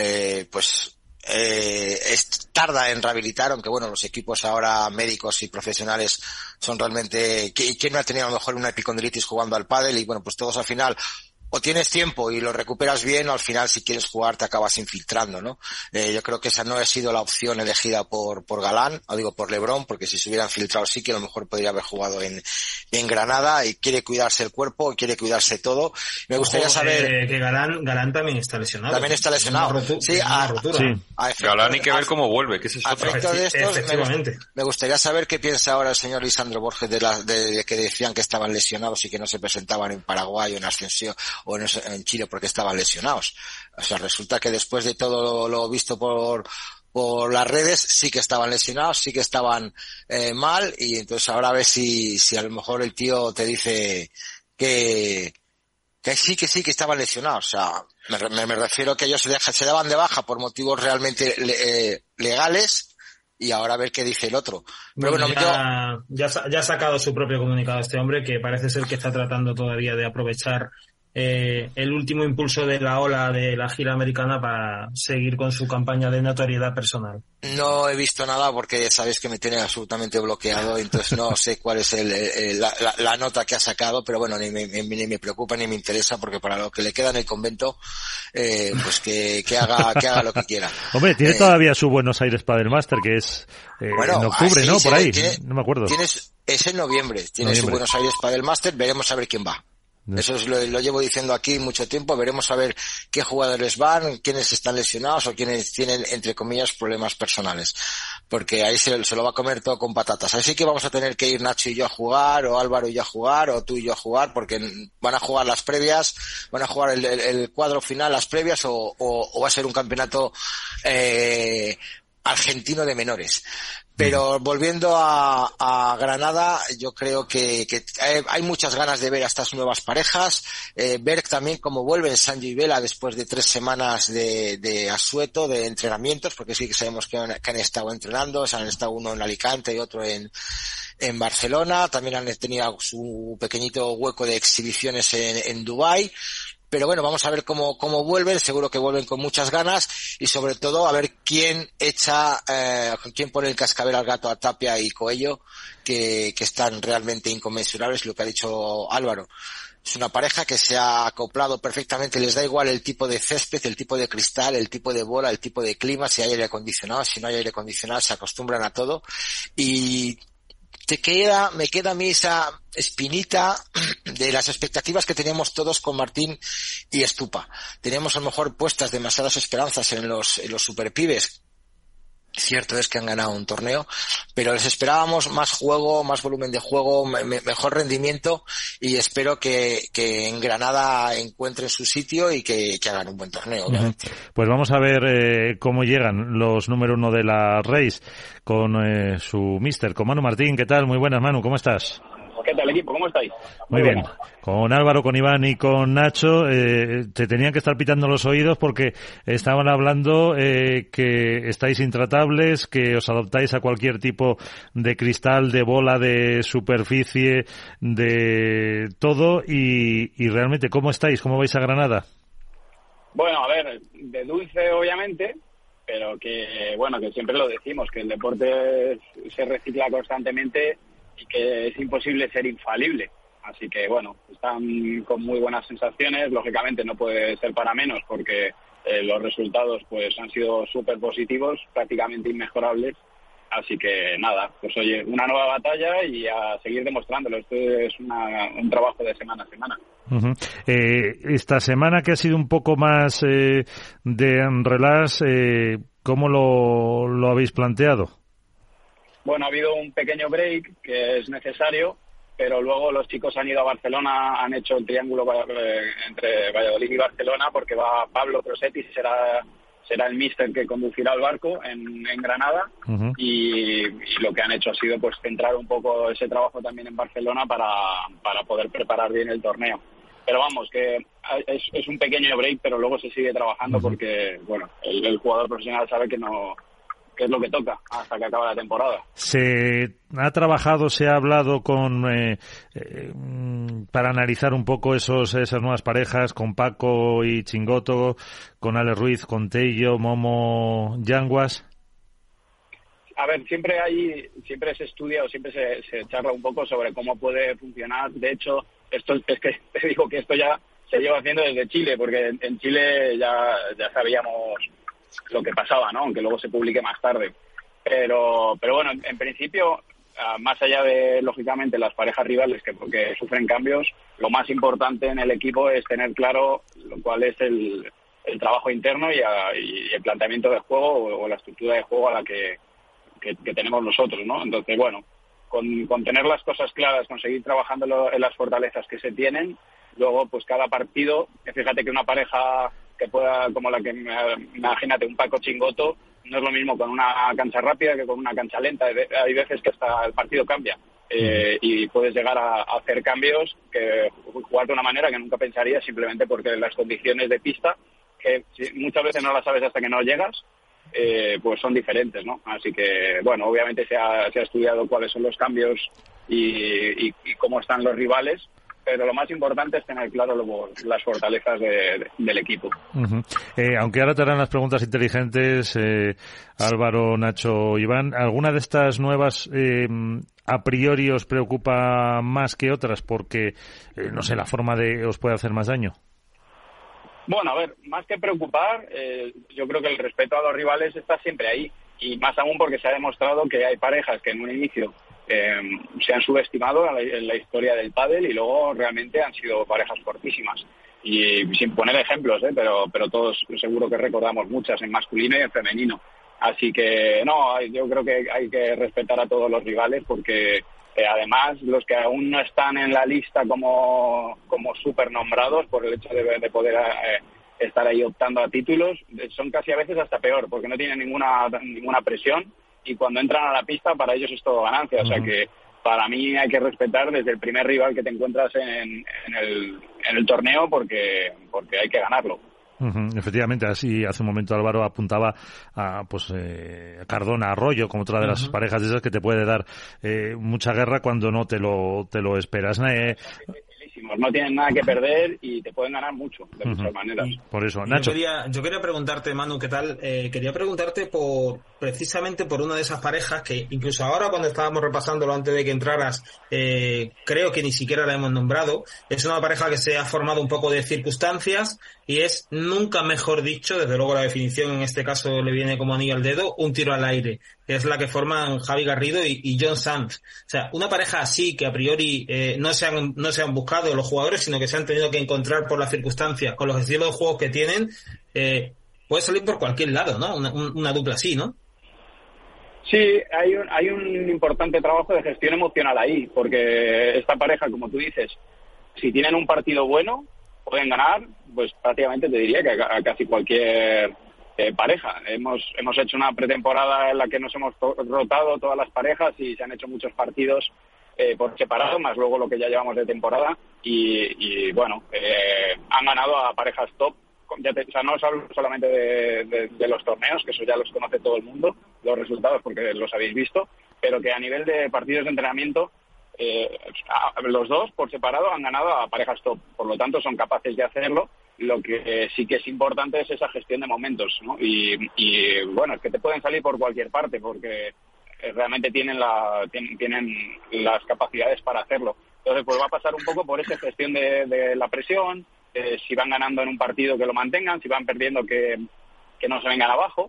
C: tarda en rehabilitar, aunque bueno, los equipos ahora médicos y profesionales son realmente... ¿Quién no ha tenido a lo mejor una epicondilitis jugando al pádel? Y bueno, pues todos al final... O tienes tiempo y lo recuperas bien, o al final si quieres jugar te acabas infiltrando, ¿no? Yo creo que esa no ha sido la opción elegida por Galán, o digo por Lebrón, porque si se hubieran filtrado sí que a lo mejor podría haber jugado en Granada, y quiere cuidarse el cuerpo, quiere cuidarse todo. Me gustaría saber...
J: que Galán también está lesionado.
C: También está lesionado.
J: Sí,
I: Galán hay que ver cómo vuelve, que ese es otro.
C: De estos, me gustaría saber qué piensa ahora el señor Lisandro Borges de que decían que estaban lesionados y que no se presentaban en Paraguay o en Ascensión o en Chile porque estaban lesionados. O sea, resulta que después de todo lo visto por las redes, sí que estaban lesionados, sí que estaban mal, y entonces ahora a ver si a lo mejor el tío te dice que sí que estaban lesionados. O sea, me refiero que ellos se daban de baja por motivos realmente legales, y ahora a ver qué dice el otro. Pero bueno,
J: ya ha sacado su propio comunicado este hombre, que parece ser que está tratando todavía de aprovechar el último impulso de la ola de la gira americana para seguir con su campaña de notoriedad personal.
C: No he visto nada porque sabéis que me tiene absolutamente bloqueado, entonces no sé cuál es la nota que ha sacado, pero bueno, ni me preocupa ni me interesa, porque para lo que le queda en el convento, pues que haga lo que quiera.
B: Hombre, tiene todavía su Buenos Aires Padel Master, que es en octubre, sí, ¿no? Por ahí, no me acuerdo.
C: Es en noviembre, su Buenos Aires Padel Master, veremos a ver quién va. Eso lo llevo diciendo aquí mucho tiempo, veremos a ver qué jugadores van, quiénes están lesionados o quiénes tienen, entre comillas, problemas personales, porque ahí se lo va a comer todo con patatas. Así que vamos a tener que ir Nacho y yo a jugar, o Álvaro y yo a jugar, o tú y yo a jugar, porque van a jugar las previas, van a jugar el cuadro final, las previas, o va a ser un campeonato argentino de menores. Pero volviendo a Granada, yo creo que hay muchas ganas de ver a estas nuevas parejas, ver también cómo vuelven Sancho y Vela después de 3 semanas de asueto, de entrenamientos, porque sí que sabemos que han estado entrenando, han estado uno en Alicante y otro en Barcelona, también han tenido su pequeñito hueco de exhibiciones en Dubái. Pero bueno, vamos a ver cómo vuelven, seguro que vuelven con muchas ganas, y sobre todo a ver quién quién pone el cascabel al gato a Tapia y Coello, que están realmente inconmensurables, lo que ha dicho Álvaro. Es una pareja que se ha acoplado perfectamente, les da igual el tipo de césped, el tipo de cristal, el tipo de bola, el tipo de clima, si hay aire acondicionado, si no hay aire acondicionado, se acostumbran a todo. Y me queda a mí esa espinita de las expectativas que teníamos todos con Martín y Estupa. Teníamos a lo mejor puestas demasiadas esperanzas en los superpibes. Cierto es que han ganado un torneo, pero les esperábamos más juego, más volumen de juego, mejor rendimiento, y espero que en Granada encuentren su sitio y que hagan un buen torneo. Obviamente.
B: Pues vamos a ver cómo llegan los número 1 de la Race con su míster, con Manu Martín. ¿Qué tal? Muy buenas, Manu, ¿cómo estás?
K: ¿Qué tal, equipo? ¿Cómo estáis?
B: Muy bien. Con Álvaro, con Iván y con Nacho te tenían que estar pitando los oídos porque estaban hablando que estáis intratables, que os adoptáis a cualquier tipo de cristal, de bola, de superficie, de todo, y realmente, ¿cómo estáis? ¿Cómo vais a Granada?
K: Bueno, a ver, de dulce obviamente, pero que siempre lo decimos, que el deporte se recicla constantemente y que es imposible ser infalible. Así que bueno, están con muy buenas sensaciones. Lógicamente no puede ser para menos, porque los resultados pues han sido súper positivos, prácticamente inmejorables. Así que nada, pues oye, una nueva batalla y a seguir demostrándolo. Esto es un trabajo de semana a semana.
B: Uh-huh. Esta semana, que ha sido un poco más de relax, ¿cómo lo habéis planteado?
K: Bueno, ha habido un pequeño break que es necesario, pero luego los chicos han ido a Barcelona, han hecho el triángulo entre Valladolid y Barcelona, porque va Pablo Crosetti, será el míster que conducirá el barco en Granada. Uh-huh. y lo que han hecho ha sido pues centrar un poco ese trabajo también en Barcelona para poder preparar bien el torneo. Pero vamos, que es un pequeño break, pero luego se sigue trabajando. Uh-huh. Porque bueno, el jugador profesional sabe que es lo que toca hasta que acaba la temporada.
B: Se ha trabajado, se ha hablado para analizar un poco esas nuevas parejas, con Paco y Chingoto, con Ale Ruiz, con Tello, Momo, Yanguas.
K: A ver, siempre se estudia o siempre se charla un poco sobre cómo puede funcionar. De hecho, esto es que te digo que esto ya se lleva haciendo desde Chile, porque en Chile ya sabíamos lo que pasaba, ¿no? Aunque luego se publique más tarde. Pero bueno, en principio, más allá de, lógicamente, las parejas rivales porque sufren cambios, lo más importante en el equipo es tener claro cuál es el trabajo interno y el planteamiento de juego o la estructura de juego a la que tenemos nosotros, ¿no? Entonces, bueno, con tener las cosas claras, conseguir trabajando en las fortalezas que se tienen, luego, pues cada partido, fíjate que una pareja que pueda, como la que imagínate, un Paco Chingoto, no es lo mismo con una cancha rápida que con una cancha lenta. Hay veces que hasta el partido cambia y puedes llegar a hacer cambios, que jugar de una manera que nunca pensarías, simplemente porque las condiciones de pista, que muchas veces no las sabes hasta que no llegas, pues son diferentes, ¿no? Así que, bueno, obviamente se ha estudiado cuáles son los cambios y cómo están los rivales, pero lo más importante es tener claro las fortalezas del equipo.
B: Uh-huh. Aunque ahora te harán las preguntas inteligentes, Álvaro, Nacho, Iván, ¿alguna de estas nuevas a priori os preocupa más que otras? Porque, no sé, la forma de os puede hacer más daño.
K: Bueno, a ver, más que preocupar, yo creo que el respeto a los rivales está siempre ahí. Y más aún porque se ha demostrado que hay parejas que en un inicio se han subestimado en la historia del pádel y luego realmente han sido parejas fortísimas. Y sin poner ejemplos, pero todos seguro que recordamos muchas en masculino y en femenino. Así que no, yo creo que hay que respetar a todos los rivales porque además los que aún no están en la lista como súper nombrados por el hecho de poder estar ahí optando a títulos son casi a veces hasta peor porque no tienen ninguna presión y cuando entran a la pista para ellos es todo ganancia. O sea que para mí hay que respetar desde el primer rival que te encuentras en el torneo porque hay que ganarlo.
B: Efectivamente, así hace un momento Álvaro apuntaba a Cardona, Arroyo, como otra de las parejas de esas que te puede dar mucha guerra cuando no te lo esperas.
K: No tienen nada que perder y te pueden ganar mucho, de muchas maneras.
B: Por eso, Nacho.
J: Yo quería preguntarte, Manu, ¿qué tal? Quería preguntarte precisamente por una de esas parejas que incluso ahora cuando estábamos repasándolo antes de que entraras, creo que ni siquiera la hemos nombrado. Es una pareja que se ha formado un poco de circunstancias y es, nunca mejor dicho, desde luego la definición en este caso le viene como anillo al dedo, un tiro al aire, que es la que forman Javi Garrido y John Sanz. O sea, una pareja así que a priori no se han buscado los jugadores, sino que se han tenido que encontrar por las circunstancias, con los estilos de juego que tienen, puede salir por cualquier lado, ¿no? Una dupla así, ¿no?
K: Sí, hay un importante trabajo de gestión emocional ahí, porque esta pareja, como tú dices, si tienen un partido bueno, pueden ganar, pues prácticamente te diría que a casi cualquier pareja. Hemos hecho una pretemporada en la que nos hemos rotado todas las parejas y se han hecho muchos partidos por separado, más luego lo que ya llevamos de temporada y bueno, han ganado a parejas top. O sea, no os hablo solamente de los torneos, que eso ya los conoce todo el mundo, los resultados porque los habéis visto, pero que a nivel de partidos de entrenamiento los dos por separado han ganado a parejas top, por lo tanto son capaces de hacerlo. Lo que sí que es importante es esa gestión de momentos, ¿no? Y bueno, es que te pueden salir por cualquier parte porque realmente tienen las capacidades para hacerlo. Entonces pues va a pasar un poco por esa gestión de la presión, si van ganando en un partido que lo mantengan, si van perdiendo que no se vengan abajo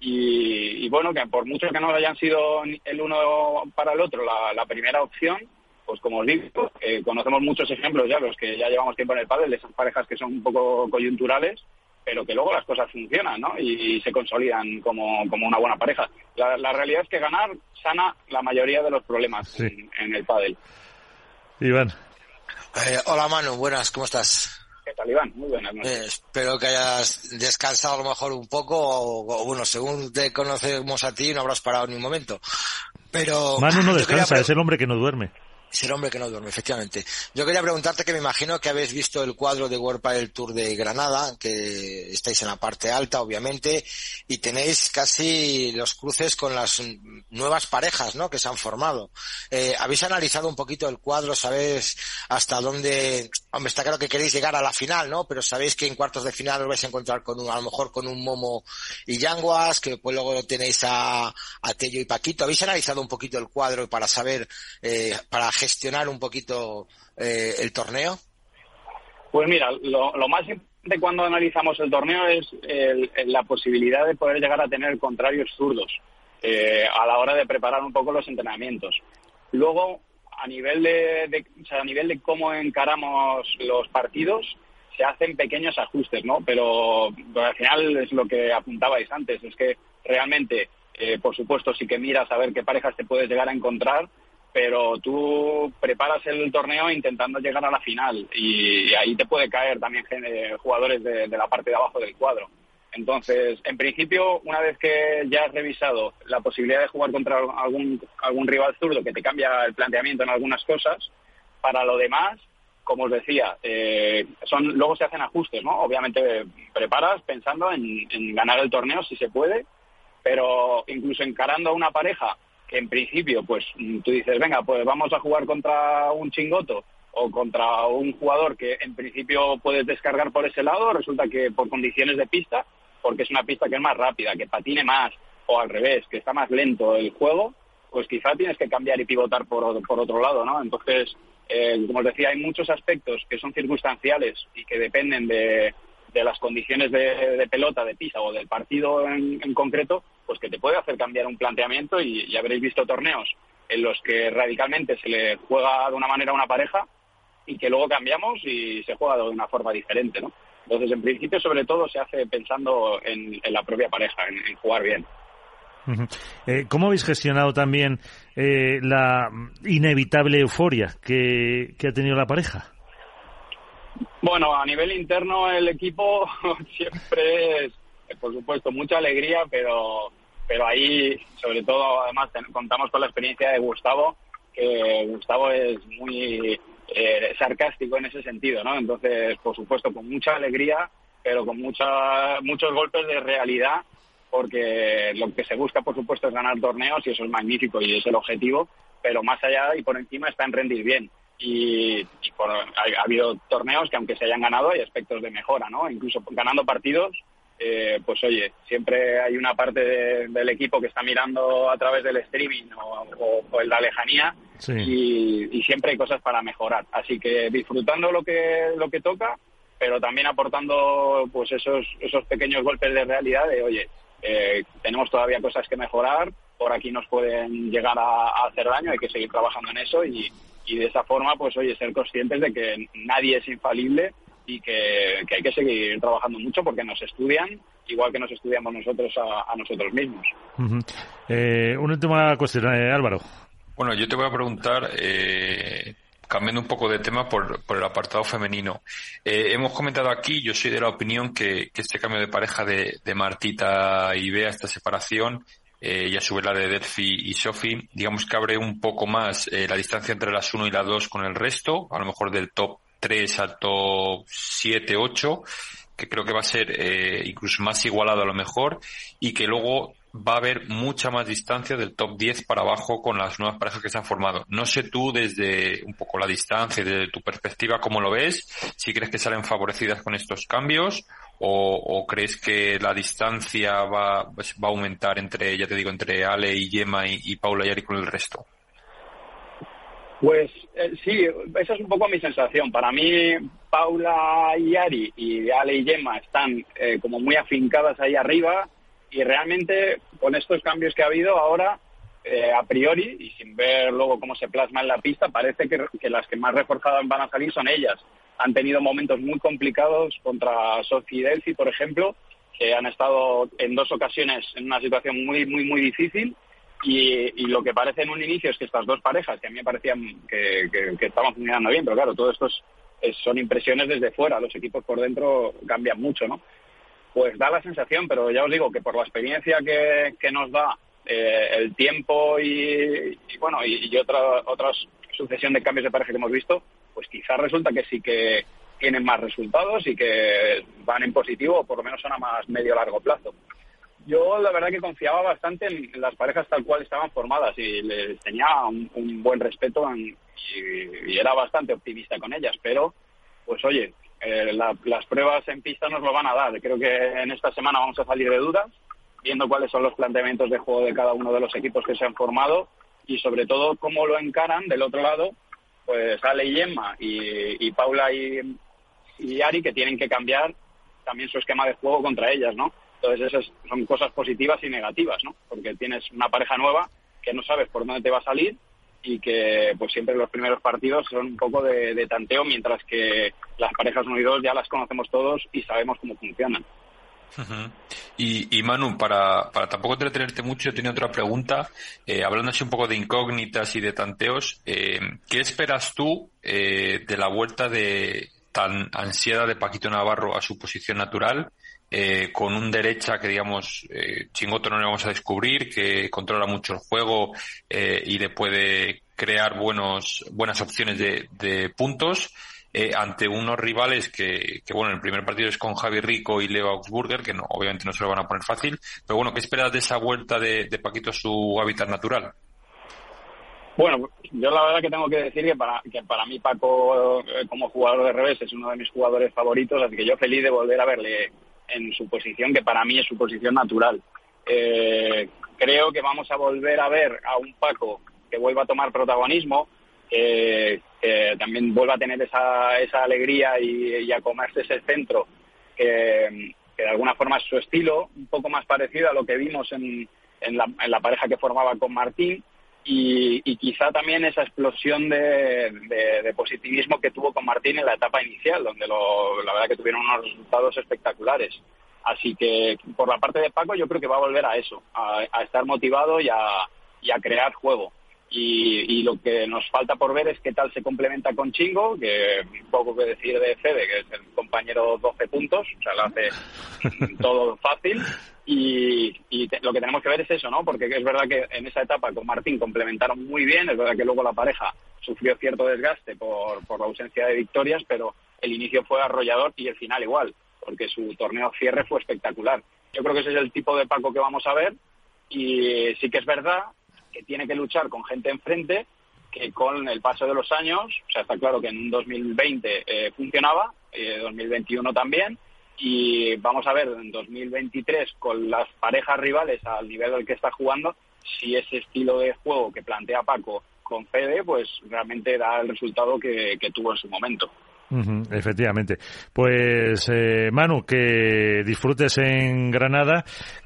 K: y bueno, que por mucho que no hayan sido el uno para el otro la primera opción, pues como os digo, conocemos muchos ejemplos ya, los que ya llevamos tiempo en el pádel, de esas parejas que son un poco coyunturales, pero que luego las cosas funcionan, ¿no? Y se consolidan como una buena pareja. La realidad es que ganar sana la mayoría de los problemas en el pádel.
B: Iván.
C: Hola Manu, buenas, ¿cómo estás?
K: ¿Qué tal, Iván? Muy buenas noches.
C: Espero que hayas descansado a lo mejor un poco o bueno, según te conocemos a ti no habrás parado ni un momento. Pero
B: Manu no descansa, es el hombre que no duerme.
C: Es el hombre que no duerme, efectivamente. Yo quería preguntarte, que me imagino que habéis visto el cuadro de World Padel Tour de Granada, que estáis en la parte alta, obviamente, y tenéis casi los cruces con las nuevas parejas, ¿no?, que se han formado. ¿Habéis analizado un poquito el cuadro? ¿Sabéis hasta dónde? Hombre, está claro que queréis llegar a la final, ¿no? Pero sabéis que en cuartos de final os vais a encontrar a lo mejor con un Momo y Yanguas, que pues luego tenéis a Tello y Paquito. ¿Habéis analizado un poquito el cuadro para saber, para gestionar un poquito el torneo?
K: Pues mira, lo más importante cuando analizamos el torneo es la posibilidad de poder llegar a tener contrarios zurdos a la hora de preparar un poco los entrenamientos. Luego, a nivel de cómo encaramos los partidos, se hacen pequeños ajustes, ¿no? Pero al final es lo que apuntabais antes, es que realmente, por supuesto, sí que miras a ver qué parejas te puedes llegar a encontrar, pero tú preparas el torneo intentando llegar a la final y ahí te puede caer también jugadores de la parte de abajo del cuadro. Entonces, en principio, una vez que ya has revisado la posibilidad de jugar contra algún rival zurdo que te cambia el planteamiento en algunas cosas, para lo demás, como os decía, luego se hacen ajustes, ¿no? Obviamente preparas pensando en ganar el torneo si se puede, pero incluso encarando a una pareja que en principio, pues tú dices, venga, pues vamos a jugar contra un Chingoto o contra un jugador que en principio puedes descargar por ese lado, resulta que por condiciones de pista, porque es una pista que es más rápida, que patine más, o al revés, que está más lento el juego, pues quizá tienes que cambiar y pivotar por otro lado, ¿no? Entonces, como os decía, hay muchos aspectos que son circunstanciales y que dependen de las condiciones de pelota, de pista o del partido en concreto, pues que te puede hacer cambiar un planteamiento y habréis visto torneos en los que radicalmente se le juega de una manera a una pareja y que luego cambiamos y se juega de una forma diferente, ¿no? Entonces, en principio, sobre todo, se hace pensando en la propia pareja, en jugar bien.
B: ¿Cómo habéis gestionado también la inevitable euforia que ha tenido la pareja?
K: Bueno, a nivel interno el equipo siempre es, por supuesto, mucha alegría, pero ahí, sobre todo, además, contamos con la experiencia de Gustavo, que Gustavo es muy sarcástico en ese sentido, ¿no? Entonces, por supuesto, con mucha alegría, pero con muchos golpes de realidad, porque lo que se busca, por supuesto, es ganar torneos y eso es magnífico y es el objetivo, pero más allá y por encima está en rendir bien. Ha habido torneos que, aunque se hayan ganado, hay aspectos de mejora, ¿no? Incluso ganando partidos, pues oye, siempre hay una parte del equipo que está mirando a través del streaming o en la lejanía, sí. y siempre hay cosas para mejorar. Así que disfrutando lo que toca, pero también aportando pues esos pequeños golpes de realidad de, oye, tenemos todavía cosas que mejorar, por aquí nos pueden llegar a hacer daño, hay que seguir trabajando en eso y de esa forma, pues oye, ser conscientes de que nadie es infalible y que hay que seguir trabajando mucho porque nos estudian igual que nos estudiamos nosotros a nosotros mismos.
B: Una última cuestión, Álvaro.
I: Bueno, yo te voy a preguntar, cambiando un poco de tema por el apartado femenino. Hemos comentado aquí, yo soy de la opinión que este cambio de pareja de Martita y Bea, esta separación, y a su vez la de Delphi y Sophie, digamos que abre un poco más la distancia entre las 1 y las 2 con el resto, a lo mejor del top 3 al top 7, 8, que creo que va a ser incluso más igualado a lo mejor, y que luego va a haber mucha más distancia del top 10 para abajo con las nuevas parejas que se han formado. No sé tú, desde un poco la distancia, desde tu perspectiva, cómo lo ves, si crees que salen favorecidas con estos cambios o crees que la distancia va a aumentar entre Ale y Gemma y Paula y Ari con el resto.
K: Pues sí, esa es un poco mi sensación. Para mí, Paula y Ari y Ale y Gemma están como muy afincadas ahí arriba. Y realmente, con estos cambios que ha habido ahora, a priori, y sin ver luego cómo se plasma en la pista, parece que las que más reforzadas van a salir son ellas. Han tenido momentos muy complicados contra Sophie y Delphi, por ejemplo, que han estado en 2 ocasiones en una situación muy, muy, muy difícil. Y lo que parece en un inicio es que estas 2 parejas, que a mí me parecían que estaban funcionando bien, pero claro, todo esto son impresiones desde fuera. Los equipos por dentro cambian mucho, ¿no? Pues da la sensación, pero ya os digo que por la experiencia que nos da el tiempo y otra sucesión de cambios de pareja que hemos visto, pues quizás resulta que sí que tienen más resultados y que van en positivo, o por lo menos son a más medio largo plazo. Yo la verdad que confiaba bastante en las parejas tal cual estaban formadas y les tenía un buen respeto y era bastante optimista con ellas, pero pues oye, las pruebas en pista nos lo van a dar. Creo que en esta semana vamos a salir de dudas, viendo cuáles son los planteamientos de juego de cada uno de los equipos que se han formado y sobre todo cómo lo encaran del otro lado, pues Ale y Gemma y Paula y Ari, que tienen que cambiar también su esquema de juego contra ellas, ¿no? Entonces esas son cosas positivas y negativas, ¿no? Porque tienes una pareja nueva que no sabes por dónde te va a salir y que pues siempre los primeros partidos son un poco de tanteo, mientras que las parejas 1 y 2 ya las conocemos todos y sabemos cómo funcionan.
I: Uh-huh. Y Manu, para tampoco entretenerte mucho, yo tenía otra pregunta, hablando así un poco de incógnitas y de tanteos. ¿Qué esperas tú de la vuelta de tan ansiada de Paquito Navarro a su posición natural, con un derecha que, digamos, Chingoto no le vamos a descubrir, que controla mucho el juego y le puede crear buenas opciones de puntos, ante unos rivales que bueno, el primer partido es con Javi Rico y Leo Augsburger, que no, obviamente no se lo van a poner fácil, pero bueno, ¿qué esperas de esa vuelta de Paquito a su hábitat natural?
K: Bueno, yo la verdad que tengo que decir que para mí Paco, como jugador de revés, es uno de mis jugadores favoritos, así que yo feliz de volver a verle en su posición, que para mí es su posición natural. Creo que vamos a volver a ver a un Paco que vuelva a tomar protagonismo, que también vuelva a tener esa alegría y a comerse ese centro, que de alguna forma es su estilo, un poco más parecido a lo que vimos en la pareja que formaba con Martín, y quizá también esa explosión de positivismo que tuvo con Martín en la etapa inicial, donde la verdad que tuvieron unos resultados espectaculares. Así que por la parte de Paco yo creo que va a volver a eso, a estar motivado y a crear juego. Y lo que nos falta por ver es qué tal se complementa con Chingo, que poco que decir de Fede, que es el compañero 12 puntos, o sea, lo hace todo fácil. Y lo que tenemos que ver es eso, ¿no? Porque es verdad que en esa etapa con Martín complementaron muy bien, es verdad que luego la pareja sufrió cierto desgaste por la ausencia de victorias, pero el inicio fue arrollador y el final igual, porque su torneo cierre fue espectacular. Yo creo que ese es el tipo de Paco que vamos a ver, y sí que es verdad que tiene que luchar con gente enfrente que con el paso de los años, o sea, está claro que en un 2020 funcionaba, 2021 también, y vamos a ver en 2023 con las parejas rivales al nivel al que está jugando, si ese estilo de juego que plantea Paco con Fede, pues realmente da el resultado que tuvo en su momento.
B: Efectivamente. Pues Manu, que disfrutes en Granada,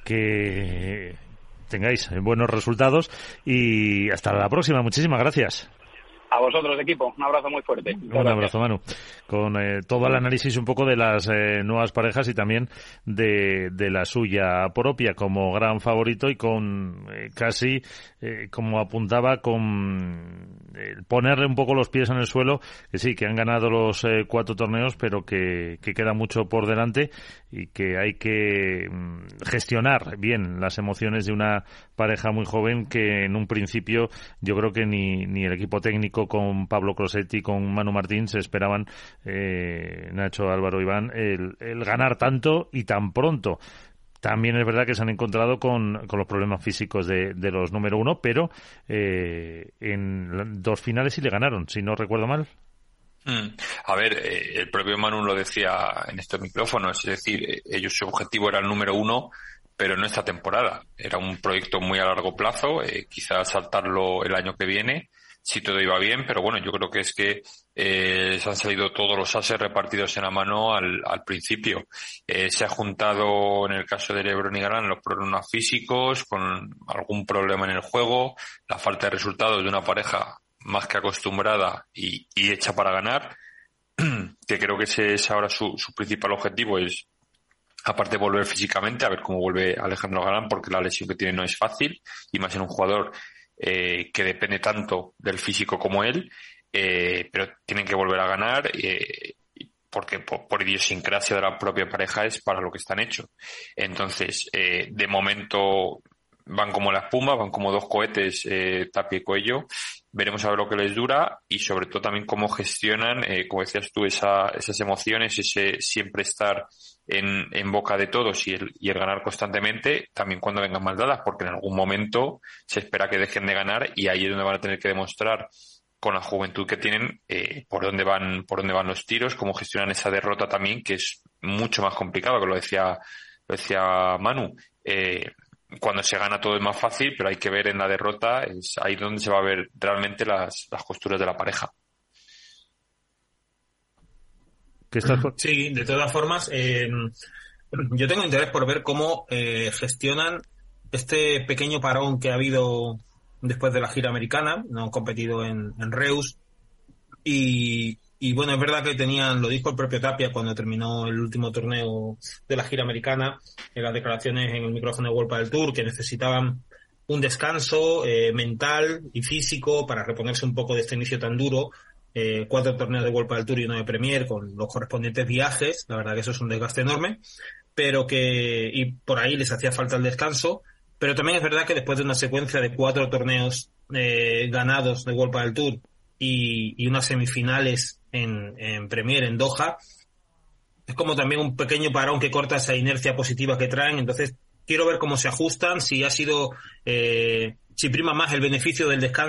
B: que tengáis buenos resultados y hasta la próxima. Muchísimas gracias.
K: A vosotros, equipo, un abrazo muy fuerte.
B: Un abrazo, Manu. Con todo el análisis un poco de las nuevas parejas y también de la suya propia como gran favorito y con casi, como apuntaba, con ponerle un poco los pies en el suelo, que sí, que han ganado los 4 torneos, pero que queda mucho por delante y que hay que gestionar bien las emociones de una pareja muy joven que en un principio yo creo que ni el equipo técnico con Pablo Crosetti, con Manu Martín se esperaban, Nacho, Álvaro, Iván, el ganar tanto y tan pronto. También es verdad que se han encontrado con los problemas físicos de los número 1, pero en 2 finales sí le ganaron, si no recuerdo mal.
I: A ver, el propio Manu lo decía en estos micrófonos, es decir, ellos su objetivo era el número 1, pero no esta temporada. Era un proyecto muy a largo plazo, quizás saltarlo el año que viene, si todo iba bien, pero bueno, yo creo que es que se han salido todos los ases repartidos en la mano al principio. Se ha juntado, en el caso de LeBron y Galán, los problemas físicos, con algún problema en el juego, la falta de resultados de una pareja más que acostumbrada y hecha para ganar, que creo que ese es ahora su principal objetivo, es aparte de volver físicamente, a ver cómo vuelve Alejandro Galán, porque la lesión que tiene no es fácil, y más en un jugador que depende tanto del físico como él, pero tienen que volver a ganar, porque por idiosincrasia de la propia pareja es para lo que están hechos. Entonces, de momento van como la espuma, van como 2 cohetes, Tapia y Coello. Veremos a ver lo que les dura y sobre todo también cómo gestionan, como decías tú, esas emociones, ese siempre estar en boca de todos y el ganar constantemente, también cuando vengan mal dadas, porque en algún momento se espera que dejen de ganar y ahí es donde van a tener que demostrar con la juventud que tienen por dónde van los tiros, cómo gestionan esa derrota también, que es mucho más complicado, que lo decía Manu. Cuando se gana todo es más fácil, pero hay que ver en la derrota, es ahí donde se va a ver realmente las costuras de la pareja.
J: Sí, de todas formas, yo tengo interés por ver cómo gestionan este pequeño parón que ha habido después de la gira americana. No han competido en Reus y bueno, es verdad que lo dijo el propio Tapia cuando terminó el último torneo de la gira americana, en las declaraciones en el micrófono de World Padel Tour, que necesitaban un descanso mental y físico para reponerse un poco de este inicio tan duro. 4 torneos de World Padel Tour y 1 de Premier con los correspondientes viajes, la verdad que eso es un desgaste enorme, pero y por ahí les hacía falta el descanso, pero también es verdad que después de una secuencia de 4 torneos ganados de World Padel Tour y unas semifinales en Premier en Doha, es como también un pequeño parón que corta esa inercia positiva que traen. Entonces quiero ver cómo se ajustan, si ha sido si prima más el beneficio del descanso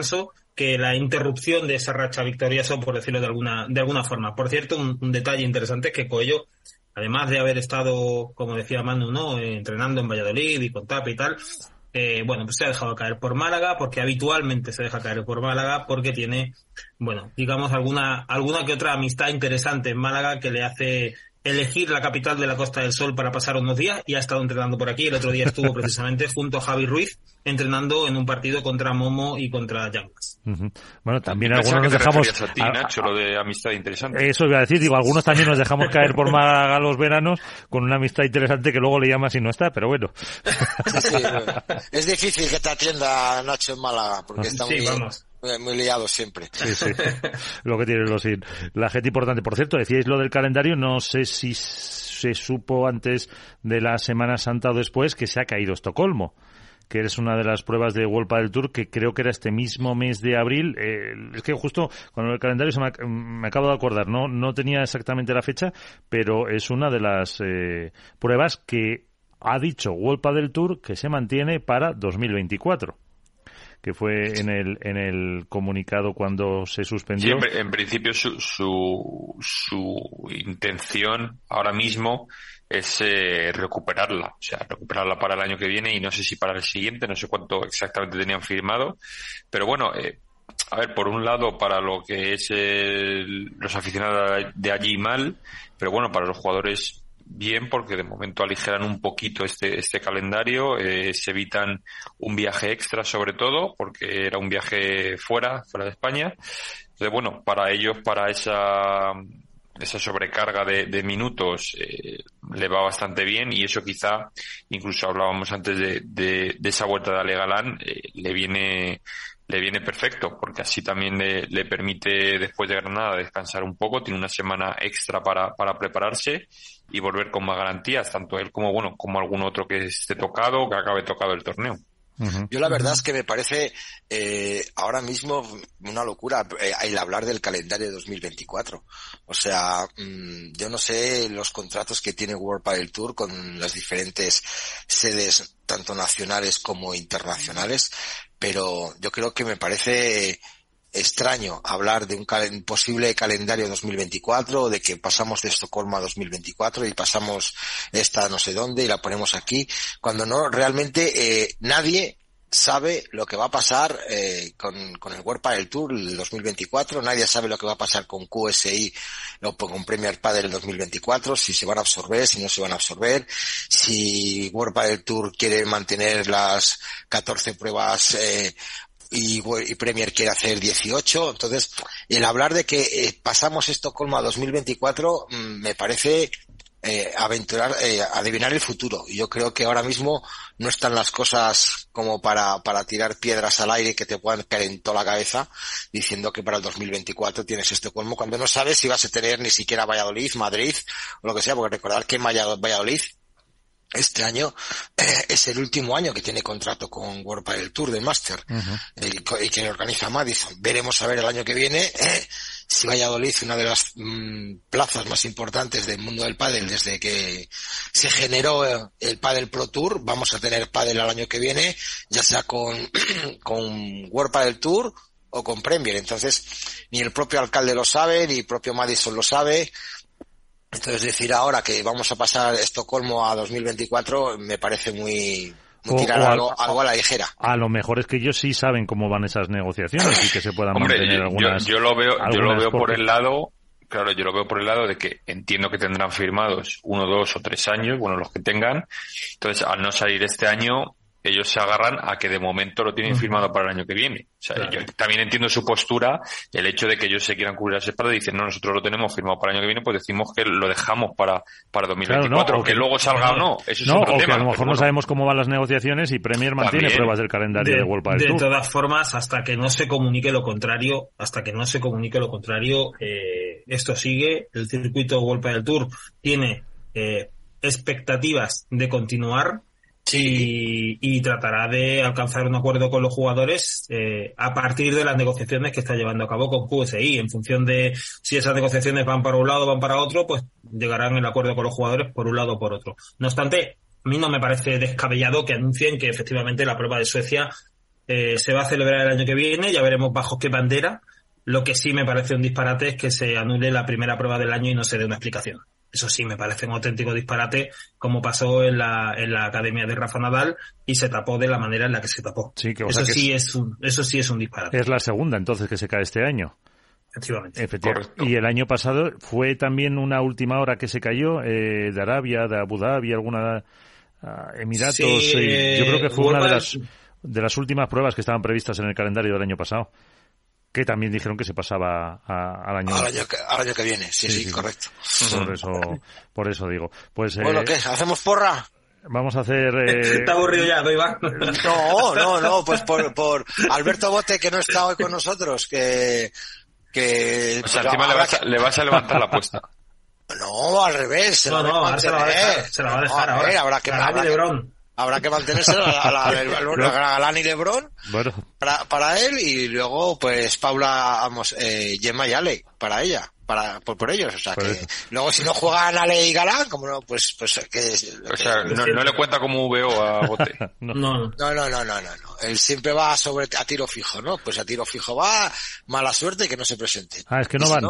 J: que la interrupción de esa racha victoriosa, por decirlo de alguna forma. Por cierto, un detalle interesante es que Coello, además de haber estado, como decía Manu, ¿no?, entrenando en Valladolid y con Tapia y tal, pues se ha dejado caer por Málaga, porque habitualmente se deja caer por Málaga, porque tiene, digamos, alguna que otra amistad interesante en Málaga que le hace elegir la capital de la Costa del Sol para pasar unos días, y ha estado entrenando por aquí. El otro día estuvo precisamente junto a Javi Ruiz entrenando en un partido contra Momo y contra Llamas.
B: Uh-huh. Bueno, también algunos nos dejamos...
I: a ti, Nacho, lo de amistad interesante.
B: Eso iba a decir, algunos también nos dejamos caer por Málaga los veranos con una amistad interesante que luego le llamas y no está, pero bueno.
C: Sí, es difícil que te atienda Nacho en Málaga, porque está muy liado siempre.
B: Sí. Lo que tiene la gente importante. Por cierto, decíais lo del calendario, no sé si se supo antes de la Semana Santa o después que se ha caído Estocolmo, que es una de las pruebas de World Padel Tour, que creo que era este mismo mes de abril. Es que justo con el calendario me acabo de acordar, no tenía exactamente la fecha, pero es una de las pruebas que ha dicho World Padel Tour que se mantiene para 2024. Que fue en el comunicado cuando se suspendió.
I: Sí, en principio su intención ahora mismo es recuperarla para el año que viene, y no sé si para el siguiente, no sé cuánto exactamente tenían firmado, pero bueno, a ver, por un lado para lo que es los aficionados de allí mal, pero bueno, para los jugadores bien, porque de momento aligeran un poquito este calendario, se evitan un viaje extra, sobre todo porque era un viaje fuera de España. Entonces, bueno, para ellos, para esa sobrecarga de minutos, le va bastante bien, y eso quizá, incluso hablábamos antes de esa vuelta de Ale Galán, le viene perfecto, porque así también le permite, después de Granada, descansar un poco, tiene una semana extra para prepararse y volver con más garantías, tanto él como algún otro que esté tocado, que acabe tocado el torneo.
C: Yo la verdad es que me parece ahora mismo una locura el hablar del calendario de 2024. O sea, yo no sé los contratos que tiene World Padel Tour con las diferentes sedes, tanto nacionales como internacionales, pero yo creo que me parece extraño hablar de un posible calendario 2024, de que pasamos de Estocolmo a 2024 y pasamos esta no sé dónde y la ponemos aquí, cuando no realmente nadie sabe lo que va a pasar con el World Padel Tour el 2024, nadie sabe lo que va a pasar con QSI o con Premier Padel el 2024, si se van a absorber, si no se van a absorber, si World Padel Tour quiere mantener las 14 pruebas y Premier quiere hacer 18. Entonces, el hablar de que pasamos Estocolmo a 2024 me parece adivinar el futuro. Y yo creo que ahora mismo no están las cosas como para tirar piedras al aire que te puedan caer en toda la cabeza diciendo que para el 2024 tienes Estocolmo, cuando no sabes si vas a tener ni siquiera Valladolid, Madrid o lo que sea, porque recordar que Valladolid este año es el último año que tiene contrato con World Padel Tour del Master, y que organiza Madison. Veremos a ver el año que viene si Valladolid, una de las plazas más importantes del mundo del pádel desde que se generó el Padel Pro Tour, vamos a tener pádel el año que viene, ya sea con World Padel Tour o con Premier. Entonces, ni el propio alcalde lo sabe, ni el propio Madison lo sabe. Entonces, decir ahora que vamos a pasar Estocolmo a 2024 me parece muy tirar algo a la ligera.
B: A lo mejor es que ellos sí saben cómo van esas negociaciones y que se puedan mantener algunas.
I: Yo lo veo por el lado, claro, yo lo veo por el lado de que entiendo que tendrán firmados 1, 2 o 3 años, los que tengan. Entonces, al no salir este año, ellos se agarran a que de momento lo tienen firmado para el año que viene. O sea, claro. Yo también entiendo su postura, el hecho de que ellos se quieran cubrir las espaldas y dicen, no, nosotros lo tenemos firmado para el año que viene, pues decimos que lo dejamos para 2024. Claro, no, que luego salga o no, eso es otro tema.
B: Que a lo mejor no sabemos cómo van las negociaciones y Premier mantiene pruebas del calendario de World Padel Tour.
J: De todas formas, hasta que no se comunique lo contrario, esto sigue. El circuito World Padel Tour tiene expectativas de continuar. Sí. Y tratará de alcanzar un acuerdo con los jugadores a partir de las negociaciones que está llevando a cabo con QSI. En función de si esas negociaciones van para un lado o van para otro, pues llegarán el acuerdo con los jugadores por un lado o por otro. No obstante, a mí no me parece descabellado que anuncien que efectivamente la prueba de Suecia se va a celebrar el año que viene, ya veremos bajo qué bandera. Lo que sí me parece un disparate es que se anule la primera prueba del año y no se dé una explicación. Eso sí me parece un auténtico disparate, como pasó en la academia de Rafa Nadal y se tapó de la manera en la que se tapó.
B: Sí,
J: eso sí es un disparate.
B: Es la segunda entonces que se cae este año.
J: Efectivamente.
B: Y el año pasado fue también una última hora que se cayó de Arabia, de Abu Dhabi, alguna Emiratos. Sí, yo creo que fue una de las últimas pruebas que estaban previstas en el calendario del año pasado, que también dijeron que se pasaba al año
C: que viene. Sí, correcto.
B: Por eso digo. Pues
C: bueno, ¿qué? ¿Hacemos porra?
B: Vamos a hacer...
J: Está aburrido ya, ¿no, Iván?
C: No, pues por Alberto Bote, que no está hoy con nosotros, que
I: o sea, encima le vas a levantar la apuesta.
C: No, al revés.
J: Se la va a dejar ahora.
C: Habrá que mantenerse la Galán y Lebrón para él, y luego pues Paula, Gemma y Ale para ella, por ellos, o sea que luego si no juegan Ale y Galán, como no, pues que
I: o sea, no le cuenta como VO a Bote.
C: No. Él siempre va a tiro fijo, ¿no? Pues a tiro fijo va, mala suerte que no se presente.
B: Es que no van.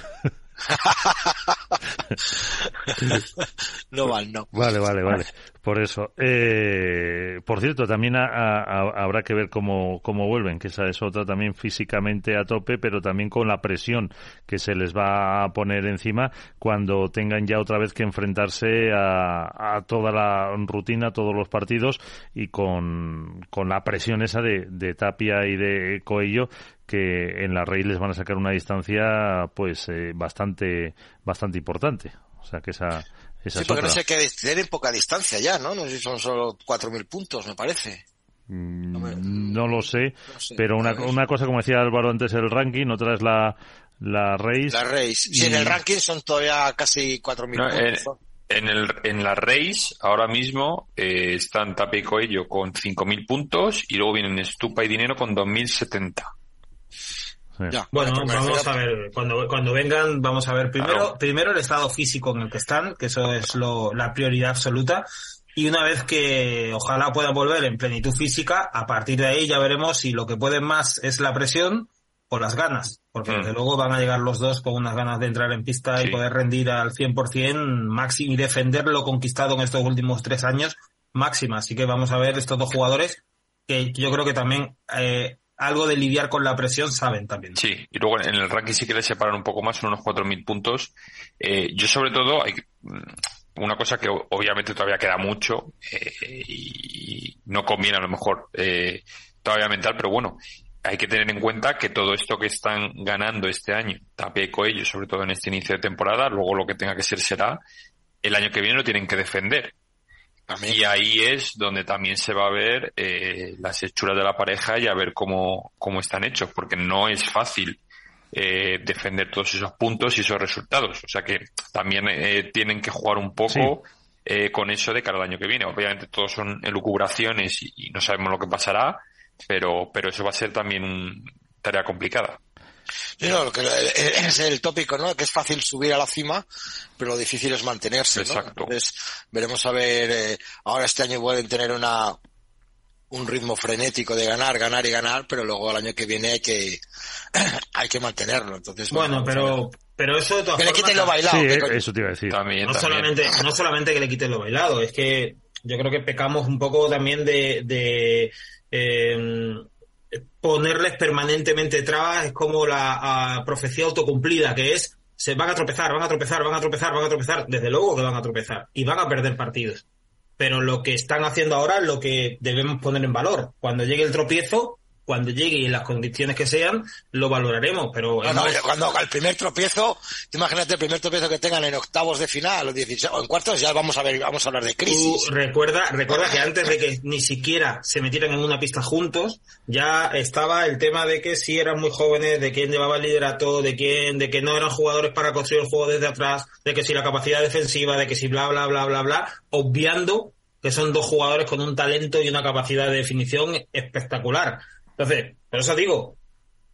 C: No van, no.
B: Vale. Por eso. Por cierto, también habrá que ver cómo vuelven, que esa es otra también físicamente a tope, pero también con la presión que se les va a poner encima cuando tengan ya otra vez que enfrentarse a toda la rutina, todos los partidos, y con la presión esa de Tapia y de Coello, que en la Rey les van a sacar una distancia pues bastante importante. O sea que esa
C: sí, porque no sé, que tienen poca distancia ya, ¿no? No sé si son solo 4.000 puntos, me parece.
B: No lo sé, pero una cosa, como decía Álvaro antes, el ranking, otra es la Race.
C: La Race. Sí, en el ranking son todavía casi 4.000 puntos.
I: En la Race, ahora mismo, están Tapia y Coello con 5.000 puntos, y luego vienen Stupa y Dinero con 2.070.
J: Ya, bueno, vamos a ver, cuando vengan, vamos a ver primero el estado físico en el que están, que eso es la prioridad absoluta, y una vez que ojalá puedan volver en plenitud física, a partir de ahí ya veremos si lo que pueden más es la presión o las ganas, porque desde luego van a llegar los dos con unas ganas de entrar en pista y poder rendir al 100% máximo y defender lo conquistado en estos últimos 3 años máxima. Así que vamos a ver estos dos jugadores que yo creo que también algo de lidiar con la presión saben también.
I: Sí, y luego en el ranking sí que les separan un poco más, son unos 4.000 puntos. Yo sobre todo, una cosa que obviamente todavía queda mucho y no conviene a lo mejor todavía mental, pero bueno, hay que tener en cuenta que todo esto que están ganando este año, Tapia y Coello, sobre todo en este inicio de temporada, luego lo que tenga que ser será, el año que viene lo tienen que defender. Y ahí es donde también se va a ver las hechuras de la pareja y a ver cómo están hechos, porque no es fácil defender todos esos puntos y esos resultados. O sea que también tienen que jugar un poco con eso de cara al año que viene. Obviamente todos son elucubraciones y no sabemos lo que pasará, pero eso va a ser también una tarea complicada.
C: Sí, no, lo que es el tópico, ¿no? Que es fácil subir a la cima, pero lo difícil es mantenerse, ¿no?
I: Exacto.
C: Entonces, veremos a ver, ahora este año pueden tener un ritmo frenético de ganar, pero luego el año que viene hay que mantenerlo. Entonces,
J: bueno, pero eso de todas formas,
C: que le quiten lo bailado.
B: Sí, eso te iba a decir.
I: También.
J: No solamente que le quiten lo bailado, es que yo creo que pecamos un poco también de ponerles permanentemente trabas. Es como la profecía autocumplida, que es se van a tropezar. Desde luego que van a tropezar y van a perder partidos, pero lo que están haciendo ahora es lo que debemos poner en valor. Cuando llegue el tropiezo, cuando llegue y en las condiciones que sean, lo valoraremos, pero...
C: Cuando el primer tropiezo, imagínate el primer tropiezo que tengan en octavos de final, o 16, o en cuartos, ya vamos a hablar de crisis.
J: Recuerda que antes de que ni siquiera se metieran en una pista juntos, ya estaba el tema de que si eran muy jóvenes, de quién llevaba el liderato, de que no eran jugadores para construir el juego desde atrás, de que si la capacidad defensiva, de que si bla, bla, bla, bla, bla, obviando que son dos jugadores con un talento y una capacidad de definición espectacular. Entonces, por eso digo,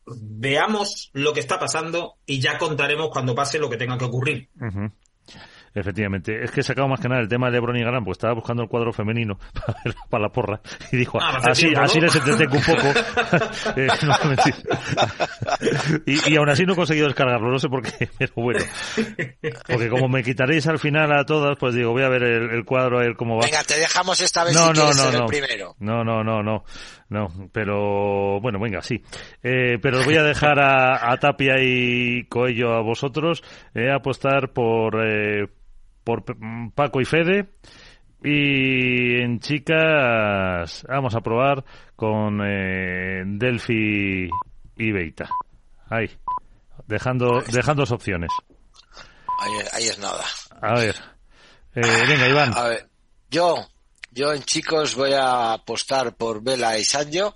J: veamos lo que está pasando y ya contaremos cuando pase lo que tenga que ocurrir.
B: Uh-huh. Efectivamente. Es que he sacado más que nada el tema de LeBron y Galán, porque estaba buscando el cuadro femenino para la porra. Y dijo, así les entretengo un poco. No, mentira. Y aún así no he conseguido descargarlo, no sé por qué, pero bueno. Porque como me quitaréis al final a todas, pues digo, voy a ver el cuadro, a ver cómo va.
C: Venga, te dejamos esta vez si quieres ser el primero.
B: No, pero bueno, venga, sí. Pero os voy a dejar a Tapia y Coello a vosotros, apostar por Paco y Fede, y en chicas vamos a probar con Delphi y Beita. Ahí, dejando dos opciones.
C: Ahí es nada.
B: A ver, venga, Iván.
C: A ver, yo en chicos voy a apostar por Vela y Sancho,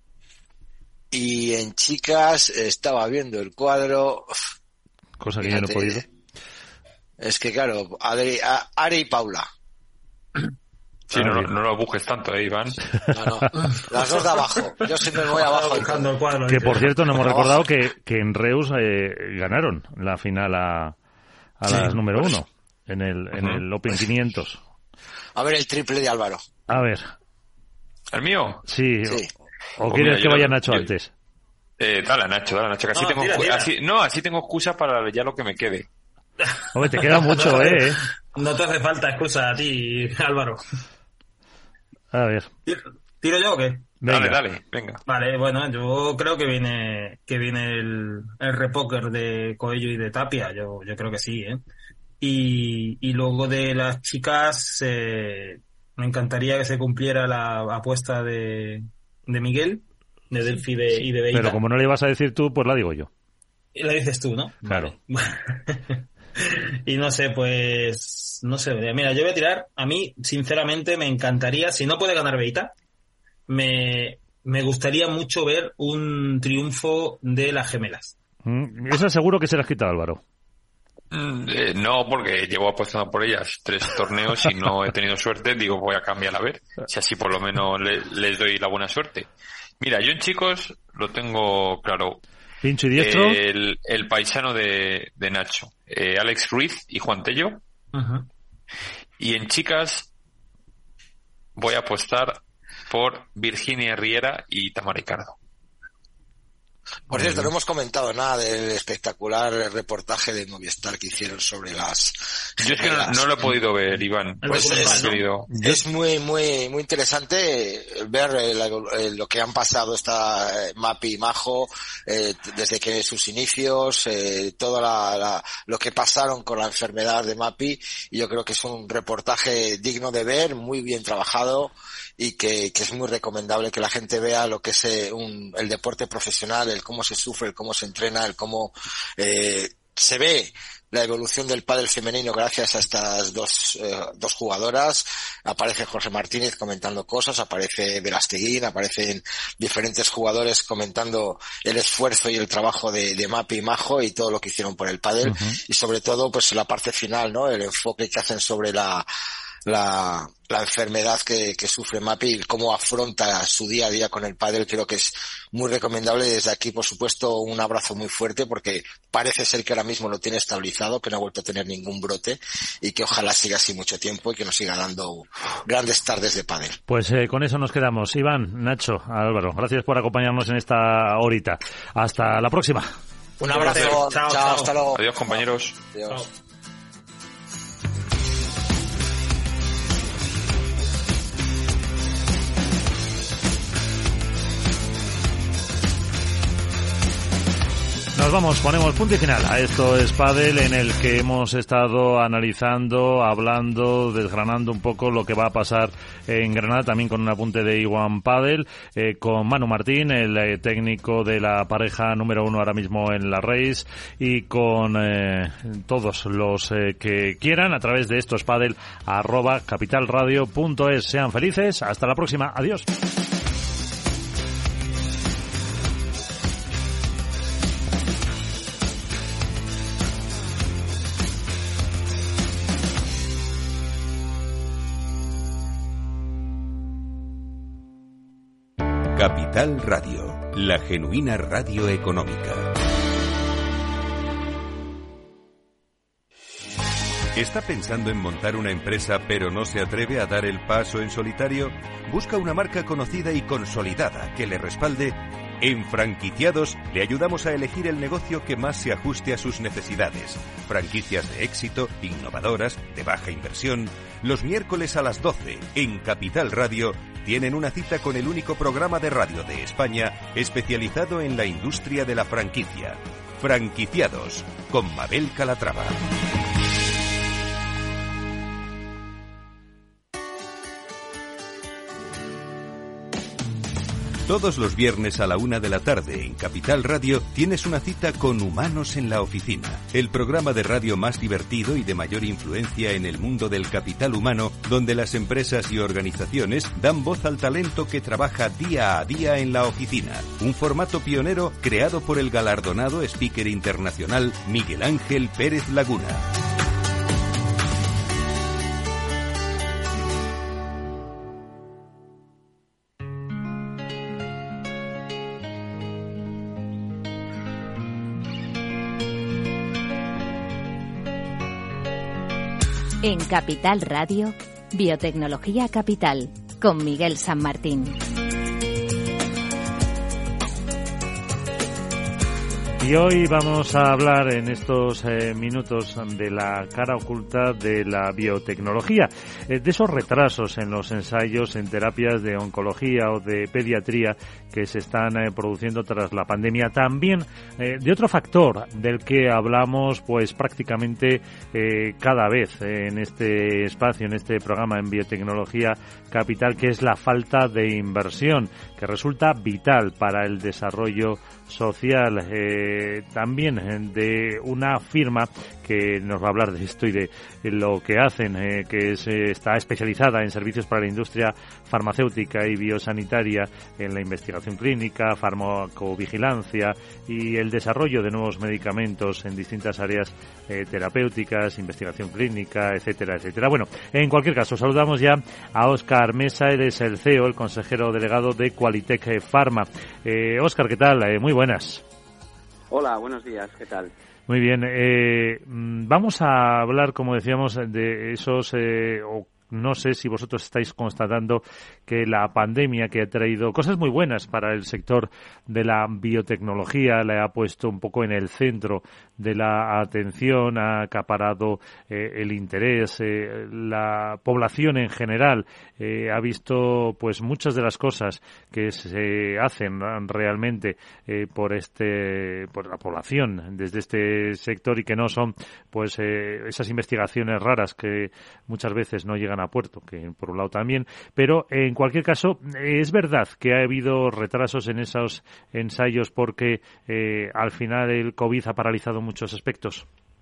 C: y en chicas estaba viendo el cuadro.
B: Cosa que yo no he podido.
C: Es que claro, Ari y Paula.
I: Sí, no lo busques tanto, Iván.
C: No, las dos de abajo. Yo siempre me voy abajo.
J: Buscando el cuadro.
B: Que por cierto, no hemos recordado que en Reus ganaron la final a las número 1 en el Open 500.
C: A ver el triple de Álvaro.
B: A ver.
I: ¿El mío?
B: Sí. ¿O quieres que vaya Nacho antes?
I: Dale a Nacho, que así tengo así tengo excusa para ya lo que me quede.
B: Hombre, te queda mucho,
J: No te hace falta excusa a ti, Álvaro.
B: A ver.
J: ¿Tiro yo o qué?
I: Dale, venga.
J: Vale, bueno, yo creo que viene el repóker de Coello y de Tapia, yo creo que sí, Y luego de las chicas, me encantaría que se cumpliera la apuesta de Miguel, de Delphi y de Beita.
B: Pero como no le ibas a decir tú, pues la digo yo.
J: Y la dices tú, ¿no?
B: Claro.
J: Y no sé, mira, yo voy a tirar, a mí sinceramente me encantaría, si no puede ganar Beita, me gustaría mucho ver un triunfo de las gemelas.
B: Eso seguro que se las quita Álvaro.
I: No, porque llevo apostando por ellas 3 torneos y no he tenido suerte. Digo, voy a cambiar a ver si así por lo menos les doy la buena suerte. Mira, yo en chicos lo tengo claro.
B: ¿Pincho y diestro?
I: El paisano de Nacho, Alex Ruiz y Juan Tello.
J: Uh-huh.
I: Y en chicas voy a apostar por Virginia Riera y Tamara Ricardo.
C: Por cierto, no hemos comentado nada del espectacular reportaje de Movistar que hicieron sobre las...
I: Yo es que no lo he podido ver, Iván.
C: Pues es muy, muy, muy interesante ver lo que han pasado esta Mapi y Majo desde que sus inicios, todo lo que pasaron con la enfermedad de Mapi, y yo creo que es un reportaje digno de ver, muy bien trabajado, y que es muy recomendable que la gente vea lo que es el deporte profesional, el cómo se sufre, el cómo se entrena, el cómo se ve la evolución del pádel femenino gracias a estas dos jugadoras. Aparece Jorge Martínez comentando cosas, aparece Velasteguín, aparecen diferentes jugadores comentando el esfuerzo y el trabajo de Mapi y Majo y todo lo que hicieron por el pádel. Uh-huh. Y sobre todo pues la parte final, ¿no? El enfoque que hacen sobre la enfermedad que sufre Mapi y cómo afronta su día a día con el pádel. Creo que es muy recomendable. Desde aquí, por supuesto, un abrazo muy fuerte, porque parece ser que ahora mismo lo tiene estabilizado, que no ha vuelto a tener ningún brote, y que ojalá siga así mucho tiempo y que nos siga dando grandes tardes de pádel.
B: Pues con eso nos quedamos. Iván, Nacho, Álvaro, gracias por acompañarnos en esta horita. Hasta la próxima.
C: Un abrazo. Chao, hasta luego.
I: Adiós, compañeros.
C: Adiós.
J: Chao.
B: Nos vamos, ponemos punto y final a Esto es Pádel, en el que hemos estado analizando, hablando, desgranando un poco lo que va a pasar en Granada, también con un apunte de Iwan Padel, con Manu Martín, el técnico de la pareja número 1 ahora mismo en la Race, y con todos los que quieran a través de estoespadel@capitalradio.es. Sean felices, hasta la próxima, adiós.
A: Capital Radio, la genuina radio económica. ¿Está pensando en montar una empresa pero no se atreve a dar el paso en solitario? ¿Busca una marca conocida y consolidada que le respalde? En Franquiciados le ayudamos a elegir el negocio que más se ajuste a sus necesidades. Franquicias de éxito, innovadoras, de baja inversión. Los miércoles a las 12 en Capital Radio tienen una cita con el único programa de radio de España especializado en la industria de la franquicia. Franquiciados, con Mabel Calatrava. Todos los viernes a la 1 de la tarde en Capital Radio tienes una cita con Humanos en la Oficina, el programa de radio más divertido y de mayor influencia en el mundo del capital humano, donde las empresas y organizaciones dan voz al talento que trabaja día a día en la oficina. Un formato pionero creado por el galardonado speaker internacional Miguel Ángel Pérez Laguna.
L: En Capital Radio, Biotecnología Capital, con Miguel San Martín.
B: Y hoy vamos a hablar en estos minutos de la cara oculta de la biotecnología, de esos retrasos en los ensayos en terapias de oncología o de pediatría que se están produciendo tras la pandemia. También de otro factor del que hablamos pues prácticamente cada vez en este espacio, en este programa en Biotecnología Capital, que es la falta de inversión, que resulta vital para el desarrollo social. También de una firma que nos va a hablar de esto y de lo que hacen, que está especializada en servicios para la industria farmacéutica y biosanitaria, en la investigación clínica, farmacovigilancia y el desarrollo de nuevos medicamentos en distintas áreas terapéuticas, investigación clínica, etcétera, etcétera. Bueno, en cualquier caso, saludamos ya a Óscar Mesa. Él es el CEO, el consejero delegado de Qualitec Pharma. Óscar, ¿qué tal? Muy buenas.
M: Hola, buenos días, ¿qué tal?
B: Muy bien, vamos a hablar, como decíamos, de esos, no sé si vosotros estáis constatando que la pandemia, que ha traído cosas muy buenas para el sector de la biotecnología, le ha puesto un poco en el centro de la atención, ha acaparado el interés, la población en general ha visto pues muchas de las cosas que se hacen realmente por la población desde este sector y que no son pues esas investigaciones raras que muchas veces no llegan a puerto, que por un lado también, pero en cualquier caso es verdad que ha habido retrasos en esos ensayos porque al final el COVID ha paralizado muchos aspectos.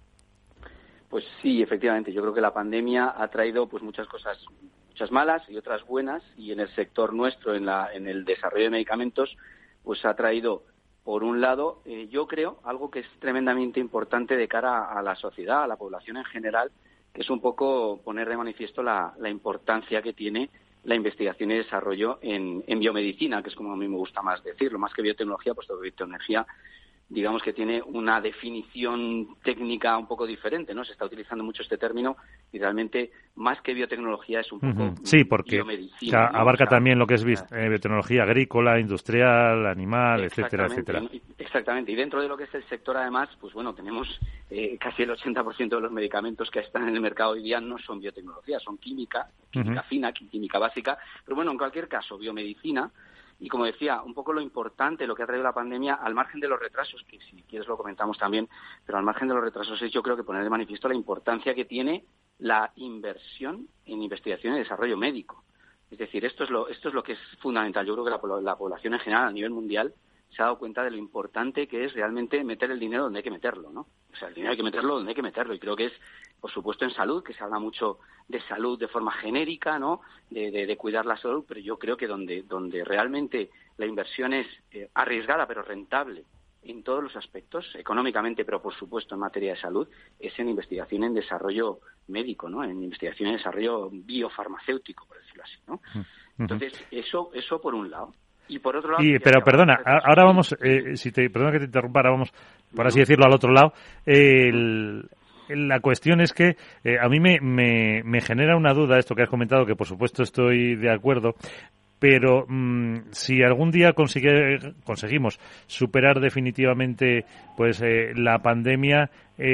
M: Pues sí, efectivamente, yo creo que la pandemia ha traído pues muchas cosas, muchas malas y otras buenas, y en el sector nuestro, en el desarrollo de medicamentos, pues ha traído, por un lado, yo creo, algo que es tremendamente importante de cara a la sociedad, a la población en general, que es un poco poner de manifiesto la importancia que tiene la investigación y desarrollo en biomedicina, que es como a mí me gusta más decirlo, más que biotecnología, pues la biotecnología, digamos que tiene una definición técnica un poco diferente, ¿no? Se está utilizando mucho este término y realmente más que biotecnología es un poco
B: sí, porque
M: biomedicina, ¿no?
B: Abarca también lo que es biotecnología agrícola, industrial, animal, etcétera, etcétera.
M: Exactamente, y dentro de lo que es el sector además, pues bueno, tenemos casi el 80% de los medicamentos que están en el mercado hoy día no son biotecnología, son química fina, química básica, pero bueno, en cualquier caso, biomedicina. Y como decía, un poco lo importante, lo que ha traído la pandemia, al margen de los retrasos, que si quieres lo comentamos también, pero al margen de los retrasos es yo creo que poner de manifiesto la importancia que tiene la inversión en investigación y desarrollo médico. Es decir, esto es lo que es fundamental. Yo creo que la población en general a nivel mundial se ha dado cuenta de lo importante que es realmente meter el dinero donde hay que meterlo, ¿no? O sea, el dinero hay que meterlo donde hay que meterlo, y creo que es, por supuesto, en salud, que se habla mucho de salud de forma genérica, ¿no? De cuidar la salud, pero yo creo que donde realmente la inversión es arriesgada pero rentable en todos los aspectos, económicamente, pero por supuesto en materia de salud, es en investigación en desarrollo médico, ¿no? En investigación y desarrollo biofarmacéutico, por decirlo así, ¿no? Entonces, eso por un lado. Y por otro lado...
B: pero perdona, ahora vamos, perdona que te interrumpa, ahora vamos, por así decirlo, al otro lado. la cuestión es que a mí me genera una duda esto que has comentado, que por supuesto estoy de acuerdo, pero si algún día conseguimos superar definitivamente pues la pandemia,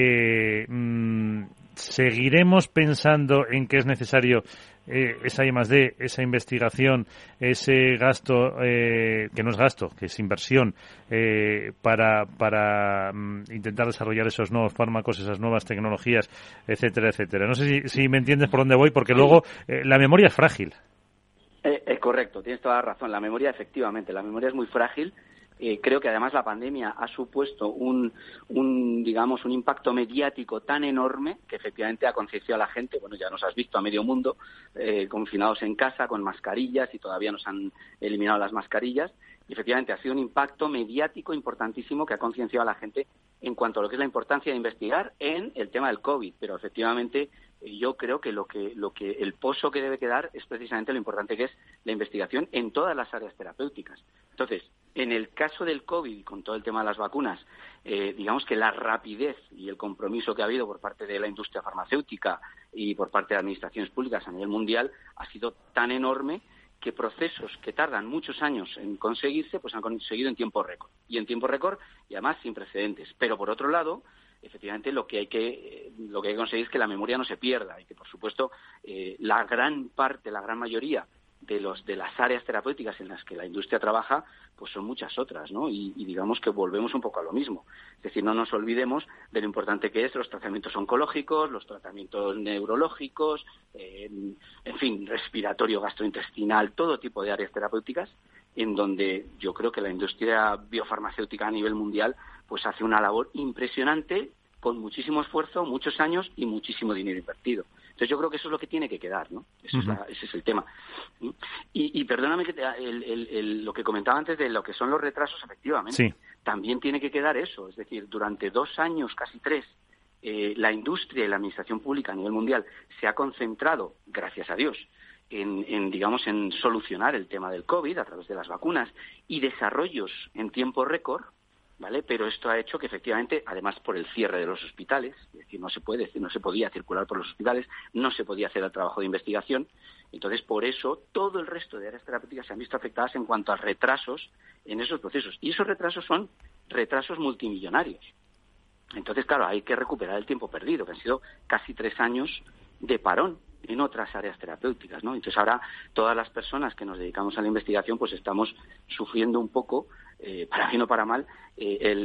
B: seguiremos pensando en que es necesario esa I+D, esa investigación, ese gasto, que no es gasto, que es inversión, para intentar desarrollar esos nuevos fármacos, esas nuevas tecnologías, etcétera, etcétera. No sé si me entiendes por dónde voy, porque luego la memoria es frágil.
M: Correcto, tienes toda la razón. La memoria, efectivamente, la memoria es muy frágil. Creo que además la pandemia ha supuesto un impacto mediático tan enorme que efectivamente ha concienciado a la gente. Bueno, ya nos has visto a medio mundo confinados en casa con mascarillas y todavía nos han eliminado las mascarillas. Y efectivamente ha sido un impacto mediático importantísimo que ha concienciado a la gente en cuanto a lo que es la importancia de investigar en el tema del COVID. Pero efectivamente yo creo que el pozo que debe quedar es precisamente lo importante que es la investigación en todas las áreas terapéuticas. Entonces, en el caso del COVID, con todo el tema de las vacunas, digamos que la rapidez y el compromiso que ha habido por parte de la industria farmacéutica y por parte de administraciones públicas a nivel mundial ha sido tan enorme que procesos que tardan muchos años en conseguirse, pues han conseguido en tiempo récord. Y en tiempo récord, y además sin precedentes. Pero por otro lado, efectivamente lo que hay que conseguir es que la memoria no se pierda y que, por supuesto, la gran mayoría de las áreas terapéuticas en las que la industria trabaja, pues son muchas otras, ¿no? Y digamos que volvemos un poco a lo mismo. Es decir, no nos olvidemos de lo importante que es los tratamientos oncológicos, los tratamientos neurológicos, en fin, respiratorio, gastrointestinal, todo tipo de áreas terapéuticas en donde yo creo que la industria biofarmacéutica a nivel mundial pues hace una labor impresionante con muchísimo esfuerzo, muchos años y muchísimo dinero invertido. Entonces yo creo que eso es lo que tiene que quedar, ¿no? Ese es el tema. Y perdóname que lo que comentaba antes de lo que son los retrasos, efectivamente, sí. También tiene que quedar eso. Es decir, durante 2 años, casi 3, la industria y la administración pública a nivel mundial se ha concentrado, gracias a Dios, en solucionar el tema del COVID a través de las vacunas y desarrollos en tiempo récord, ¿vale? Pero esto ha hecho que efectivamente, además por el cierre de los hospitales, es decir, no se podía circular por los hospitales, no se podía hacer el trabajo de investigación. Entonces, por eso, todo el resto de áreas terapéuticas se han visto afectadas en cuanto a retrasos en esos procesos. Y esos retrasos son retrasos multimillonarios. Entonces, claro, hay que recuperar el tiempo perdido, que han sido casi 3 años de parón en otras áreas terapéuticas, ¿no? Entonces ahora todas las personas que nos dedicamos a la investigación pues estamos sufriendo un poco, para bien o para mal, el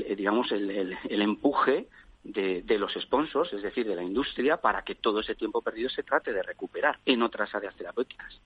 M: empuje de los sponsors, es decir, de la industria, para que todo ese tiempo perdido se trate de recuperar en otras áreas terapéuticas.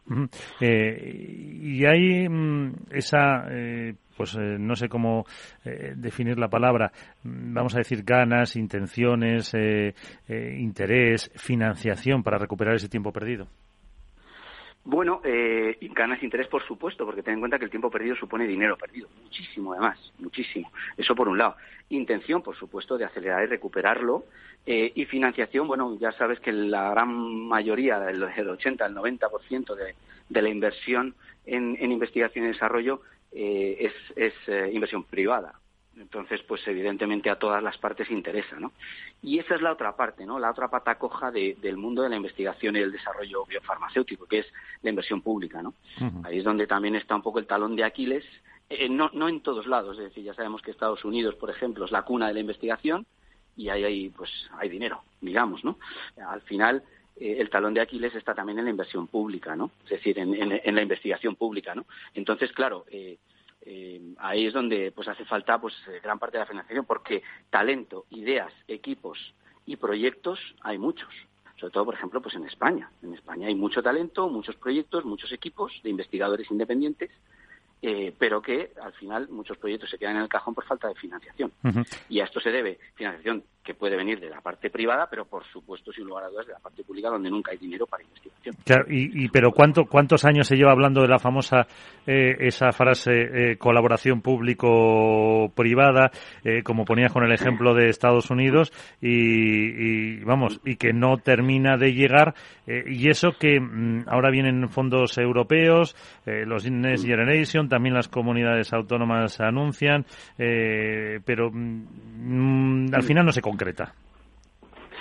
B: Y hay esa, no sé cómo definir la palabra, vamos a decir ganas, intenciones, interés, financiación para recuperar ese tiempo perdido.
M: Bueno, ganas, interés, por supuesto, porque ten en cuenta que el tiempo perdido supone dinero perdido, muchísimo además, muchísimo. Eso por un lado. Intención, por supuesto, de acelerar y recuperarlo. Y financiación, bueno, ya sabes que la gran mayoría, el 80, el 90% de la inversión en investigación y desarrollo es inversión privada. Entonces, pues evidentemente a todas las partes interesa, ¿no? Y esa es la otra parte, ¿no? La otra pata coja del mundo de la investigación y el desarrollo biofarmacéutico, que es la inversión pública, ¿no? Uh-huh. Ahí es donde también está un poco el talón de Aquiles, no en todos lados, es decir, ya sabemos que Estados Unidos, por ejemplo, es la cuna de la investigación y ahí hay dinero, digamos, ¿no? Al final, el talón de Aquiles está también en la inversión pública, ¿no? Es decir, en la investigación pública, ¿no? Entonces, claro, ahí es donde pues hace falta gran parte de la financiación, porque talento, ideas, equipos y proyectos hay muchos, sobre todo por ejemplo pues en España hay mucho talento, muchos proyectos, muchos equipos de investigadores independientes, pero que al final muchos proyectos se quedan en el cajón por falta de financiación. Uh-huh. Y a esto se debe financiación que puede venir de la parte privada, pero por supuesto, sin lugar a dudas, de la parte pública, donde nunca hay dinero para investigación.
B: Claro, pero ¿cuántos años se lleva hablando de la famosa esa frase colaboración público-privada, como ponías con el ejemplo de Estados Unidos, y que no termina de llegar, y eso que ahora vienen fondos europeos, los Next Generation, también las comunidades autónomas anuncian, pero al final no se concreta.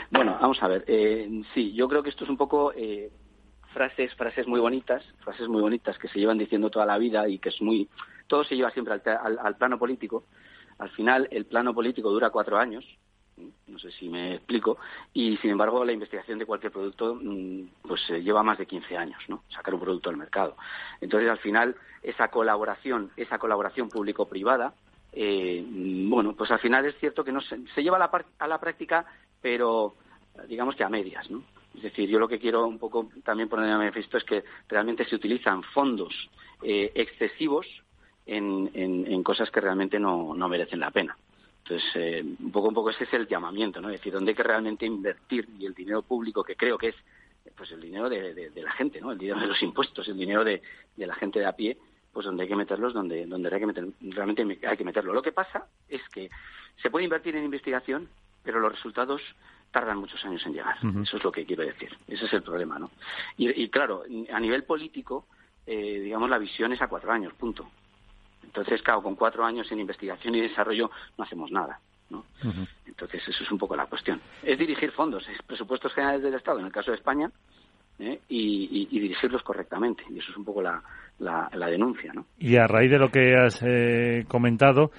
M: Bueno, vamos a ver. Sí, yo creo que esto es un poco frases muy bonitas que se llevan diciendo toda la vida y que todo se lleva siempre al plano político. Al final, el plano político dura 4 años, no sé si me explico, y sin embargo la investigación de cualquier producto pues lleva más de 15 años, ¿no? Sacar un producto al mercado. Entonces, al final, esa colaboración público-privada, bueno, pues al final es cierto que no se lleva a la práctica, pero digamos que a medias, ¿no? Es decir, yo lo que quiero un poco también poner de manifiesto es que realmente se utilizan fondos excesivos en cosas que realmente no merecen la pena. Entonces, un poco ese es el llamamiento, ¿no? Es decir, donde hay que realmente invertir, y el dinero público, que creo que es pues el dinero de la gente, ¿no? El dinero de los impuestos, el dinero de la gente de a pie, pues donde hay que meterlos, donde realmente hay que meterlo. Lo que pasa es que se puede invertir en investigación, pero los resultados tardan muchos años en llegar. Uh-huh. Eso es lo que quiero decir. Ese es el problema, ¿no? Y claro, a nivel político, digamos, la visión es a 4 años, punto. Entonces, claro, con 4 años en investigación y desarrollo no hacemos nada, ¿no? Uh-huh. Entonces, eso es un poco la cuestión. Es dirigir fondos, es presupuestos generales del Estado, en el caso de España, y dirigirlos correctamente. Y eso es un poco la denuncia, ¿no?
B: Y a raíz de lo que has comentado,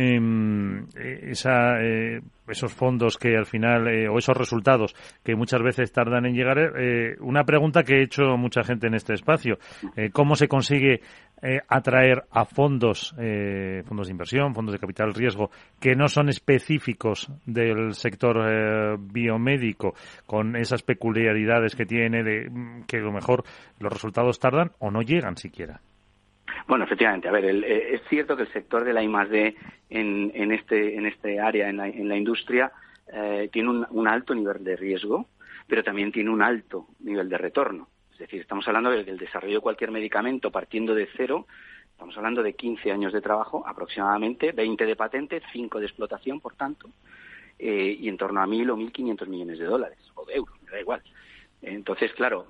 B: esos fondos que al final, o esos resultados que muchas veces tardan en llegar, una pregunta que he hecho mucha gente en este espacio: ¿cómo se consigue atraer a fondos de inversión, fondos de capital riesgo, que no son específicos del sector biomédico, con esas peculiaridades que tiene, de que a lo mejor los resultados tardan o no llegan siquiera?
M: Bueno, efectivamente, a ver, es cierto que el sector de la I+D en este área, en la industria, tiene un alto nivel de riesgo, pero también tiene un alto nivel de retorno. Es decir, estamos hablando del desarrollo de cualquier medicamento partiendo de cero, estamos hablando de 15 años de trabajo aproximadamente, 20 de patente, 5 de explotación, por tanto, y en torno a 1.000 o 1.500 millones de dólares, o de euros, me da igual. Entonces, claro,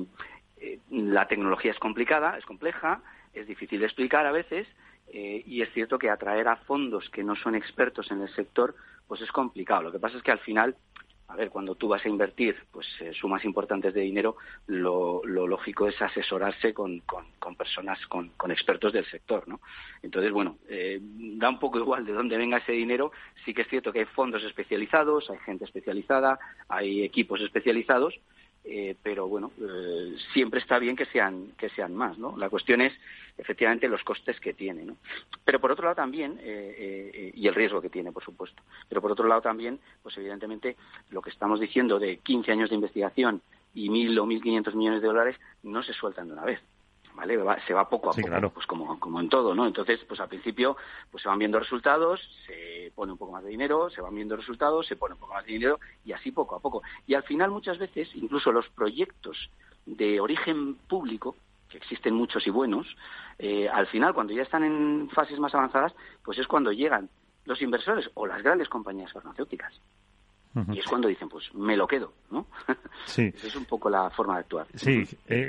M: la tecnología es complicada, es compleja, es difícil de explicar a veces, y es cierto que atraer a fondos que no son expertos en el sector pues es complicado. Lo que pasa es que al final, a ver, cuando tú vas a invertir pues sumas importantes de dinero, lo lógico es asesorarse con personas, con expertos del sector, ¿no? Entonces, bueno, da un poco igual de dónde venga ese dinero. Sí que es cierto que hay fondos especializados, hay gente especializada, hay equipos especializados, pero bueno, siempre está bien que sean más, ¿no? La cuestión es efectivamente los costes que tiene, ¿no? Pero por otro lado también, y el riesgo que tiene, por supuesto, pero por otro lado también, pues evidentemente lo que estamos diciendo de 15 años de investigación y 1.000 o 1.500 millones de dólares no se sueltan de una vez, ¿vale? Se va poco a poco, claro. Pues como en todo, ¿no? Entonces, pues al principio pues se van viendo resultados, se pone un poco más de dinero, se van viendo resultados, se pone un poco más de dinero, y así poco a poco. Y al final muchas veces, incluso los proyectos de origen público, que existen muchos y buenos, al final cuando ya están en fases más avanzadas, pues es cuando llegan los inversores o las grandes compañías farmacéuticas. Uh-huh. Y es cuando dicen, pues me lo quedo, ¿no? Sí. Esa es un poco la forma de actuar.
B: Sí.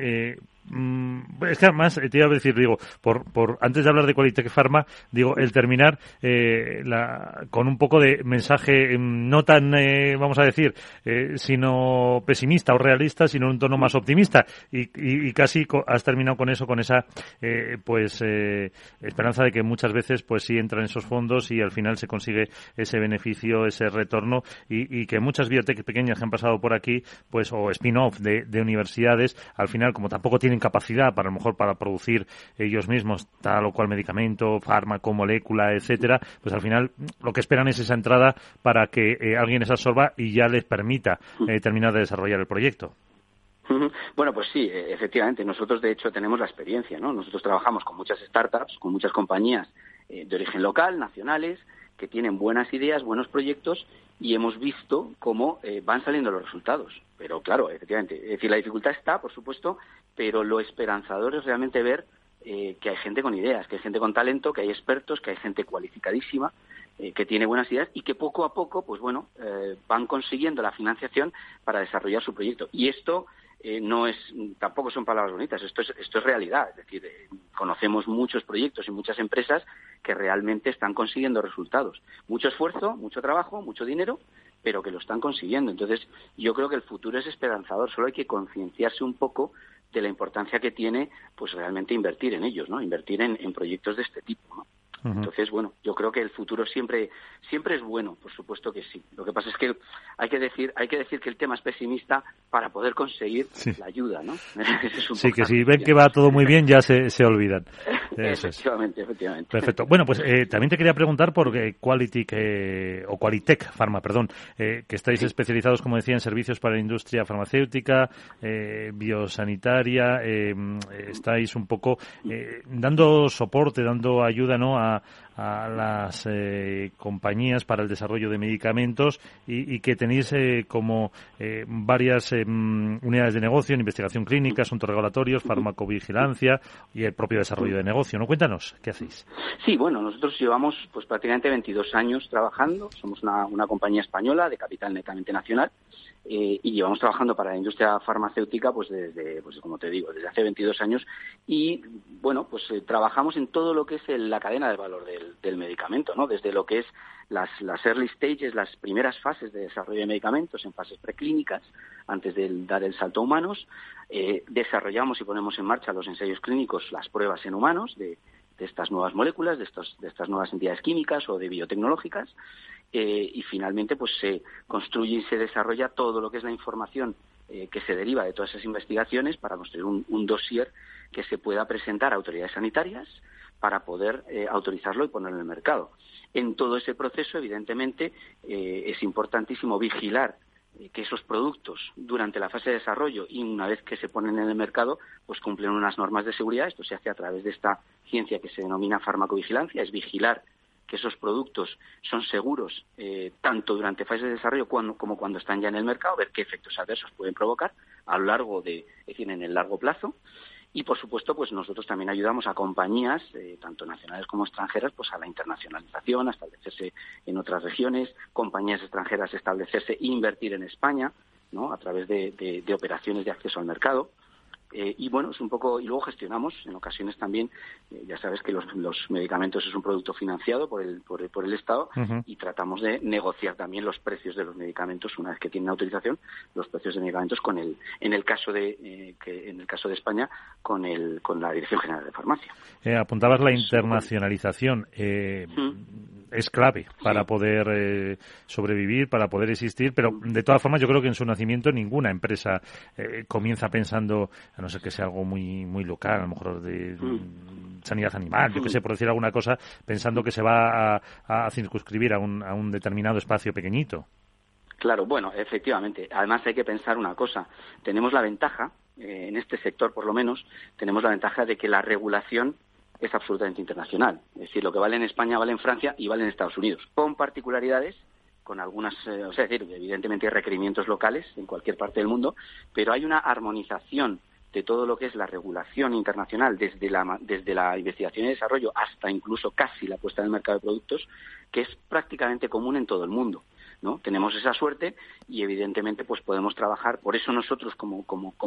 B: Es que además te iba a decir, digo, por antes de hablar de Qualitech Pharma, digo, el terminar con un poco de mensaje no tan, vamos a decir, sino pesimista o realista, sino un tono más optimista, y casi has terminado con eso, con esa esperanza de que muchas veces pues sí entran esos fondos y al final se consigue ese beneficio, ese retorno, y que muchas biotech pequeñas que han pasado por aquí, pues, o spin-off de universidades, al final, como tampoco tienen capacidad para, a lo mejor, para producir ellos mismos tal o cual medicamento, fármaco, molécula, etcétera, pues al final lo que esperan es esa entrada para que alguien les absorba y ya les permita terminar de desarrollar el proyecto.
M: Bueno, pues sí, efectivamente. Nosotros, de hecho, tenemos la experiencia, ¿no? Nosotros trabajamos con muchas startups, con muchas compañías de origen local, nacionales, que tienen buenas ideas, buenos proyectos, y hemos visto cómo van saliendo los resultados. Pero claro, efectivamente, es decir, la dificultad está, por supuesto, pero lo esperanzador es realmente ver que hay gente con ideas, que hay gente con talento, que hay expertos, que hay gente cualificadísima, que tiene buenas ideas y que poco a poco, pues bueno, van consiguiendo la financiación para desarrollar su proyecto. Y esto tampoco son palabras bonitas, esto es realidad. Es decir, conocemos muchos proyectos y muchas empresas que realmente están consiguiendo resultados. Mucho esfuerzo, mucho trabajo, mucho dinero, pero que lo están consiguiendo. Entonces, yo creo que el futuro es esperanzador, solo hay que concienciarse un poco de la importancia que tiene pues realmente invertir en ellos, ¿no? Invertir en proyectos de este tipo, ¿no? Entonces, bueno, yo creo que el futuro siempre es bueno, por supuesto que sí. Lo que pasa es que hay que decir que el tema es pesimista para poder conseguir la ayuda, ¿no?
B: Sí, que si ven que va todo muy bien ya se olvidan.
M: Efectivamente.
B: Perfecto. Bueno, pues también te quería preguntar por Qualitech Pharma, que estáis especializados, como decía, en servicios para la industria farmacéutica, biosanitaria, estáis un poco dando soporte, dando ayuda, ¿no?, a las compañías para el desarrollo de medicamentos y que tenéis como varias unidades de negocio en investigación clínica, asuntos regulatorios, farmacovigilancia y el propio desarrollo de negocio, ¿no? Cuéntanos, ¿qué hacéis?
M: Sí, bueno, nosotros llevamos pues prácticamente 22 años trabajando, somos una compañía española de capital netamente nacional y llevamos trabajando para la industria farmacéutica pues desde, pues como te digo, desde hace 22 años y bueno, pues trabajamos en todo lo que es la cadena de valor del medicamento, ¿no? Desde lo que es las early stages, las primeras fases de desarrollo de medicamentos en fases preclínicas, antes de dar el salto a humanos, desarrollamos y ponemos en marcha los ensayos clínicos, las pruebas en humanos de estas nuevas moléculas, de estas nuevas entidades químicas o de biotecnológicas, y finalmente pues se construye y se desarrolla todo lo que es la información que se deriva de todas esas investigaciones para construir un dossier que se pueda presentar a autoridades sanitarias para poder autorizarlo y ponerlo en el mercado. En todo ese proceso, evidentemente, es importantísimo vigilar que esos productos durante la fase de desarrollo y una vez que se ponen en el mercado, pues cumplen unas normas de seguridad. Esto se hace a través de esta ciencia que se denomina farmacovigilancia, es vigilar que esos productos son seguros tanto durante fases de desarrollo como cuando están ya en el mercado, ver qué efectos adversos pueden provocar a lo largo en el largo plazo. Y, por supuesto, pues nosotros también ayudamos a compañías, tanto nacionales como extranjeras, pues a la internacionalización, a establecerse en otras regiones, compañías extranjeras establecerse e invertir en España, ¿no?, a través de operaciones de acceso al mercado. Y bueno, es un poco, y luego gestionamos en ocasiones también, ya sabes que los medicamentos es un producto financiado por el Estado, y tratamos de negociar también los precios de los medicamentos una vez que tienen autorización, los precios de medicamentos en el caso de España con la Dirección General de Farmacia.
B: Apuntabas la internacionalización. Es clave para poder sobrevivir, para poder existir, pero de todas formas yo creo que en su nacimiento ninguna empresa comienza pensando, a no ser que sea algo muy muy local, a lo mejor de sanidad animal, yo que sé, por decir alguna cosa, pensando que se va a circunscribir a un determinado espacio pequeñito.
M: Claro, bueno, efectivamente. Además hay que pensar una cosa. Tenemos la ventaja, en este sector por lo menos, tenemos la ventaja de que la regulación es absolutamente internacional. Es decir, lo que vale en España vale en Francia y vale en Estados Unidos, con particularidades, con algunas, es decir, evidentemente hay requerimientos locales en cualquier parte del mundo, pero hay una armonización de todo lo que es la regulación internacional, desde la investigación y desarrollo hasta incluso casi la puesta en el mercado de productos, que es prácticamente común en todo el mundo, ¿no? Tenemos esa suerte y evidentemente pues podemos trabajar. Por eso nosotros como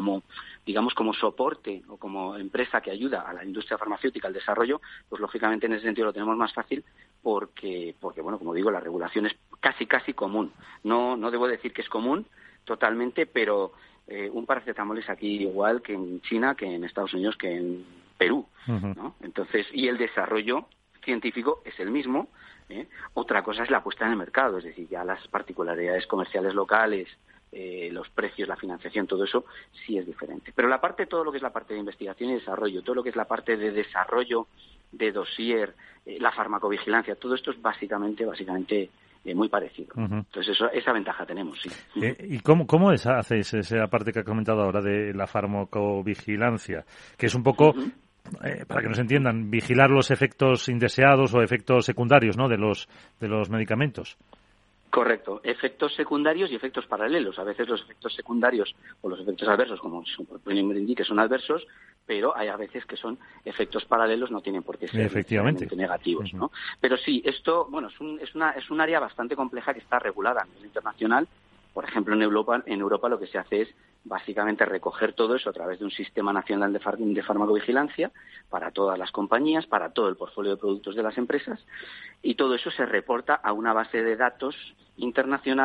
M: soporte o como empresa que ayuda a la industria farmacéutica al desarrollo, pues lógicamente en ese sentido lo tenemos más fácil porque bueno, como digo, la regulación es casi común. No debo decir que es común totalmente, pero un paracetamol es aquí igual que en China, que en Estados Unidos, que en Perú, ¿no? Entonces, y el desarrollo científico es el mismo. Otra cosa es la puesta en el mercado, es decir, ya las particularidades comerciales locales, los precios, la financiación, todo eso sí es diferente. Pero todo lo que es la parte de investigación y desarrollo, todo lo que es la parte de desarrollo de dossier, la farmacovigilancia, todo esto es básicamente muy parecido. Entonces esa ventaja tenemos, sí.
B: ¿Y cómo hacéis esa parte que has comentado ahora de la farmacovigilancia? Que es un poco, para que nos entiendan, vigilar los efectos indeseados o efectos secundarios, ¿no?, de los medicamentos.
M: Correcto. Efectos secundarios y efectos paralelos. A veces los efectos secundarios o los efectos adversos, como su propio nombre indica, son adversos, pero hay a veces que son efectos paralelos, no tienen por qué ser necesariamente negativos, ¿no? Pero sí, esto, bueno, es un área bastante compleja que está regulada a nivel internacional. Por ejemplo, en Europa lo que se hace es básicamente recoger todo eso a través de un sistema nacional de farmacovigilancia para todas las compañías, para todo el portfolio de productos de las empresas, y todo eso se reporta a una base de datos internacional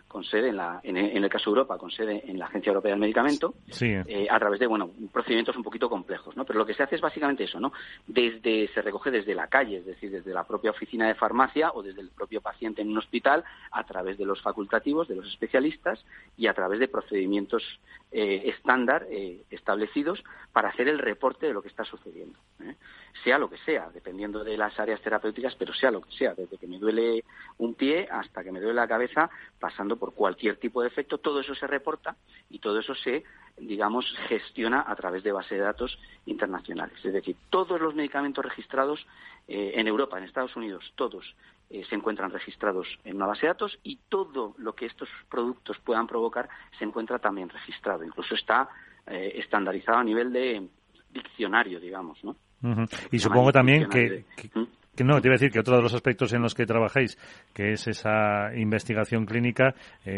M: con sede en el caso de Europa, con sede en la Agencia Europea del Medicamento,
B: sí.
M: A través de, procedimientos un poquito complejos, ¿no? Pero lo que se hace es básicamente eso, ¿no? Se recoge desde la calle, es decir, desde la propia oficina de farmacia o desde el propio paciente en un hospital, a través de los facultativos, de los especialistas y a través de procedimientos estándar establecidos para hacer el reporte de lo que está sucediendo, sea lo que sea, dependiendo de las áreas terapéuticas, pero sea lo que sea, desde que me duele un pie hasta que me duele la cabeza, pasando por cualquier tipo de efecto, todo eso se reporta y todo eso se, gestiona a través de bases de datos internacionales. Es decir, todos los medicamentos registrados en Europa, en Estados Unidos, todos se encuentran registrados en una base de datos y todo lo que estos productos puedan provocar se encuentra también registrado. Incluso está estandarizado a nivel de diccionario, digamos, ¿no?
B: Uh-huh. Y supongo también que no, te iba a decir que otro de los aspectos en los que trabajáis, que es esa investigación clínica,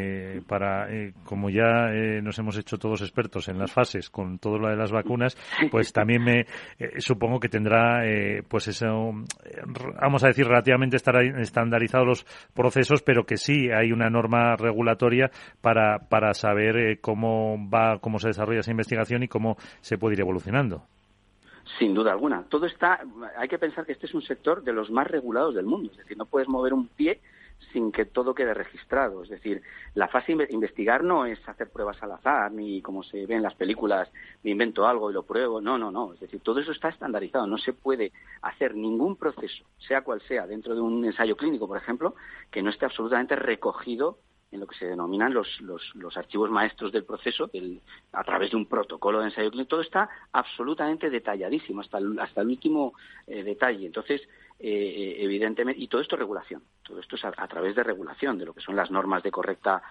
B: como ya nos hemos hecho todos expertos en las fases con todo lo de las vacunas, pues también supongo que tendrá, pues eso, vamos a decir, relativamente estandarizados los procesos, pero que sí hay una norma regulatoria para saber cómo se desarrolla esa investigación y cómo se puede ir evolucionando.
M: Sin duda alguna. Hay que pensar que este es un sector de los más regulados del mundo. Es decir, no puedes mover un pie sin que todo quede registrado. Es decir, la fase de investigar no es hacer pruebas al azar, ni como se ve en las películas, me invento algo y lo pruebo. No. Es decir, todo eso está estandarizado. No se puede hacer ningún proceso, sea cual sea, dentro de un ensayo clínico, por ejemplo, que no esté absolutamente recogido en lo que se denominan los archivos maestros del proceso, a través de un protocolo de ensayo clínico. Todo está absolutamente detalladísimo, hasta el último detalle. Entonces, evidentemente, y todo esto es regulación. Todo esto es a través de regulación, de lo que son las normas de correcta,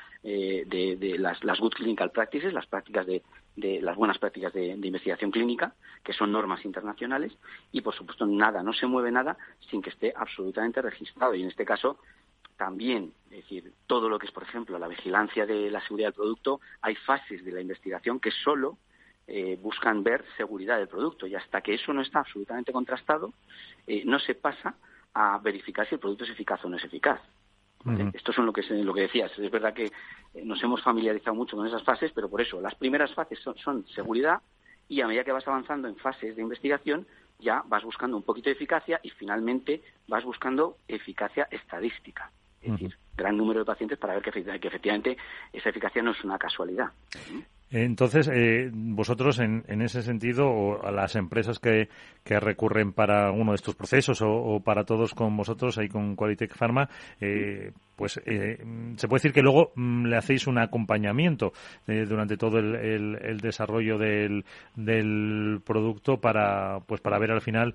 M: de las good clinical practices, las prácticas de las buenas prácticas de investigación clínica, que son normas internacionales, y por supuesto no se mueve nada sin que esté absolutamente registrado. Y en este caso, también, es decir, todo lo que es, por ejemplo, la vigilancia de la seguridad del producto, hay fases de la investigación que solo buscan ver seguridad del producto, y hasta que eso no está absolutamente contrastado, no se pasa a verificar si el producto es eficaz o no es eficaz. Uh-huh. Esto es lo que decías. Es verdad que nos hemos familiarizado mucho con esas fases, pero por eso las primeras fases son seguridad, y a medida que vas avanzando en fases de investigación ya vas buscando un poquito de eficacia y finalmente vas buscando eficacia estadística. Es decir, gran número de pacientes para ver que efectivamente esa eficacia no es una casualidad.
B: Entonces, vosotros, en ese sentido, o a las empresas que recurren para uno de estos procesos o para todos con vosotros, ahí con Qualitech Pharma, se puede decir que luego le hacéis un acompañamiento durante todo el desarrollo del producto para ver al final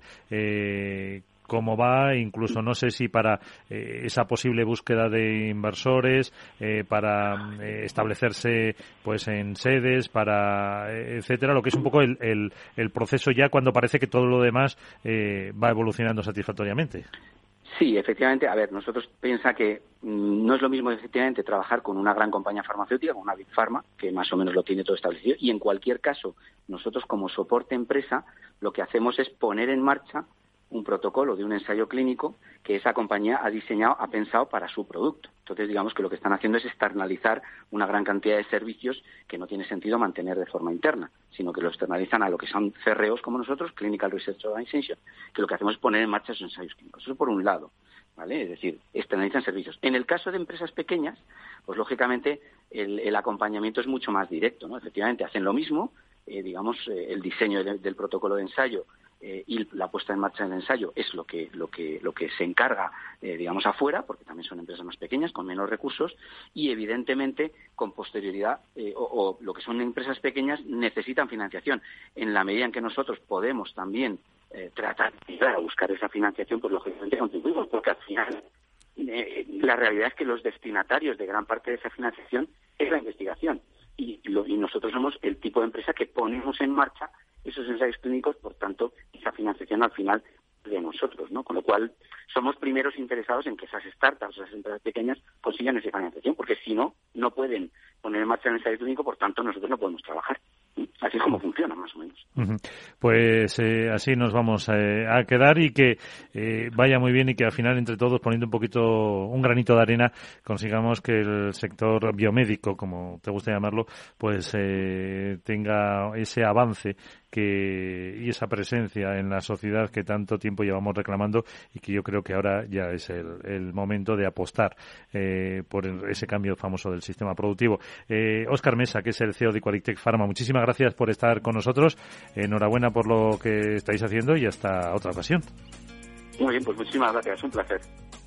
B: cómo va, incluso no sé si para esa posible búsqueda de inversores, para establecerse pues en sedes, para etcétera, lo que es un poco el proceso ya cuando parece que todo lo demás va evolucionando satisfactoriamente.
M: Sí, efectivamente. A ver, nosotros piensa que no es lo mismo efectivamente trabajar con una gran compañía farmacéutica, con una Big Pharma, que más o menos lo tiene todo establecido, y en cualquier caso, nosotros como soporte empresa, lo que hacemos es poner en marcha un protocolo de un ensayo clínico que esa compañía ha pensado para su producto. Entonces, digamos que lo que están haciendo es externalizar una gran cantidad de servicios que no tiene sentido mantener de forma interna, sino que lo externalizan a lo que son CROs como nosotros, Clinical Research Organization, que lo que hacemos es poner en marcha esos ensayos clínicos. Eso por un lado, ¿vale? Es decir, externalizan servicios. En el caso de empresas pequeñas, pues lógicamente el acompañamiento es mucho más directo, ¿no? Efectivamente, hacen lo mismo, el diseño del protocolo de ensayo y la puesta en marcha del ensayo es lo que se encarga, afuera, porque también son empresas más pequeñas, con menos recursos, y evidentemente con posterioridad, o lo que son empresas pequeñas necesitan financiación. En la medida en que nosotros podemos también tratar de ayudar a buscar esa financiación, pues lógicamente contribuimos, porque al final la realidad es que los destinatarios de gran parte de esa financiación es la investigación, y nosotros somos el tipo de empresa que ponemos en marcha esos ensayos clínicos, por tanto, esa financiación al final de nosotros, ¿no? Con lo cual, somos primeros interesados en que esas startups, esas empresas pequeñas, consigan esa financiación, porque si no pueden poner en marcha el ensayo clínico, por tanto, nosotros no podemos trabajar. Así es como funciona, más o menos.
B: Pues así nos vamos a quedar y que vaya muy bien y que al final entre todos, poniendo un granito de arena, consigamos que el sector biomédico, como te gusta llamarlo, pues tenga ese avance y esa presencia en la sociedad que tanto tiempo llevamos reclamando y que yo creo que ahora ya es el momento de apostar por ese cambio famoso del sistema productivo. Óscar Mesa, que es el CEO de Qualitech Pharma, muchísimas gracias por estar con nosotros. Enhorabuena por lo que estáis haciendo y hasta otra ocasión.
M: Muy bien, pues muchísimas gracias, un placer.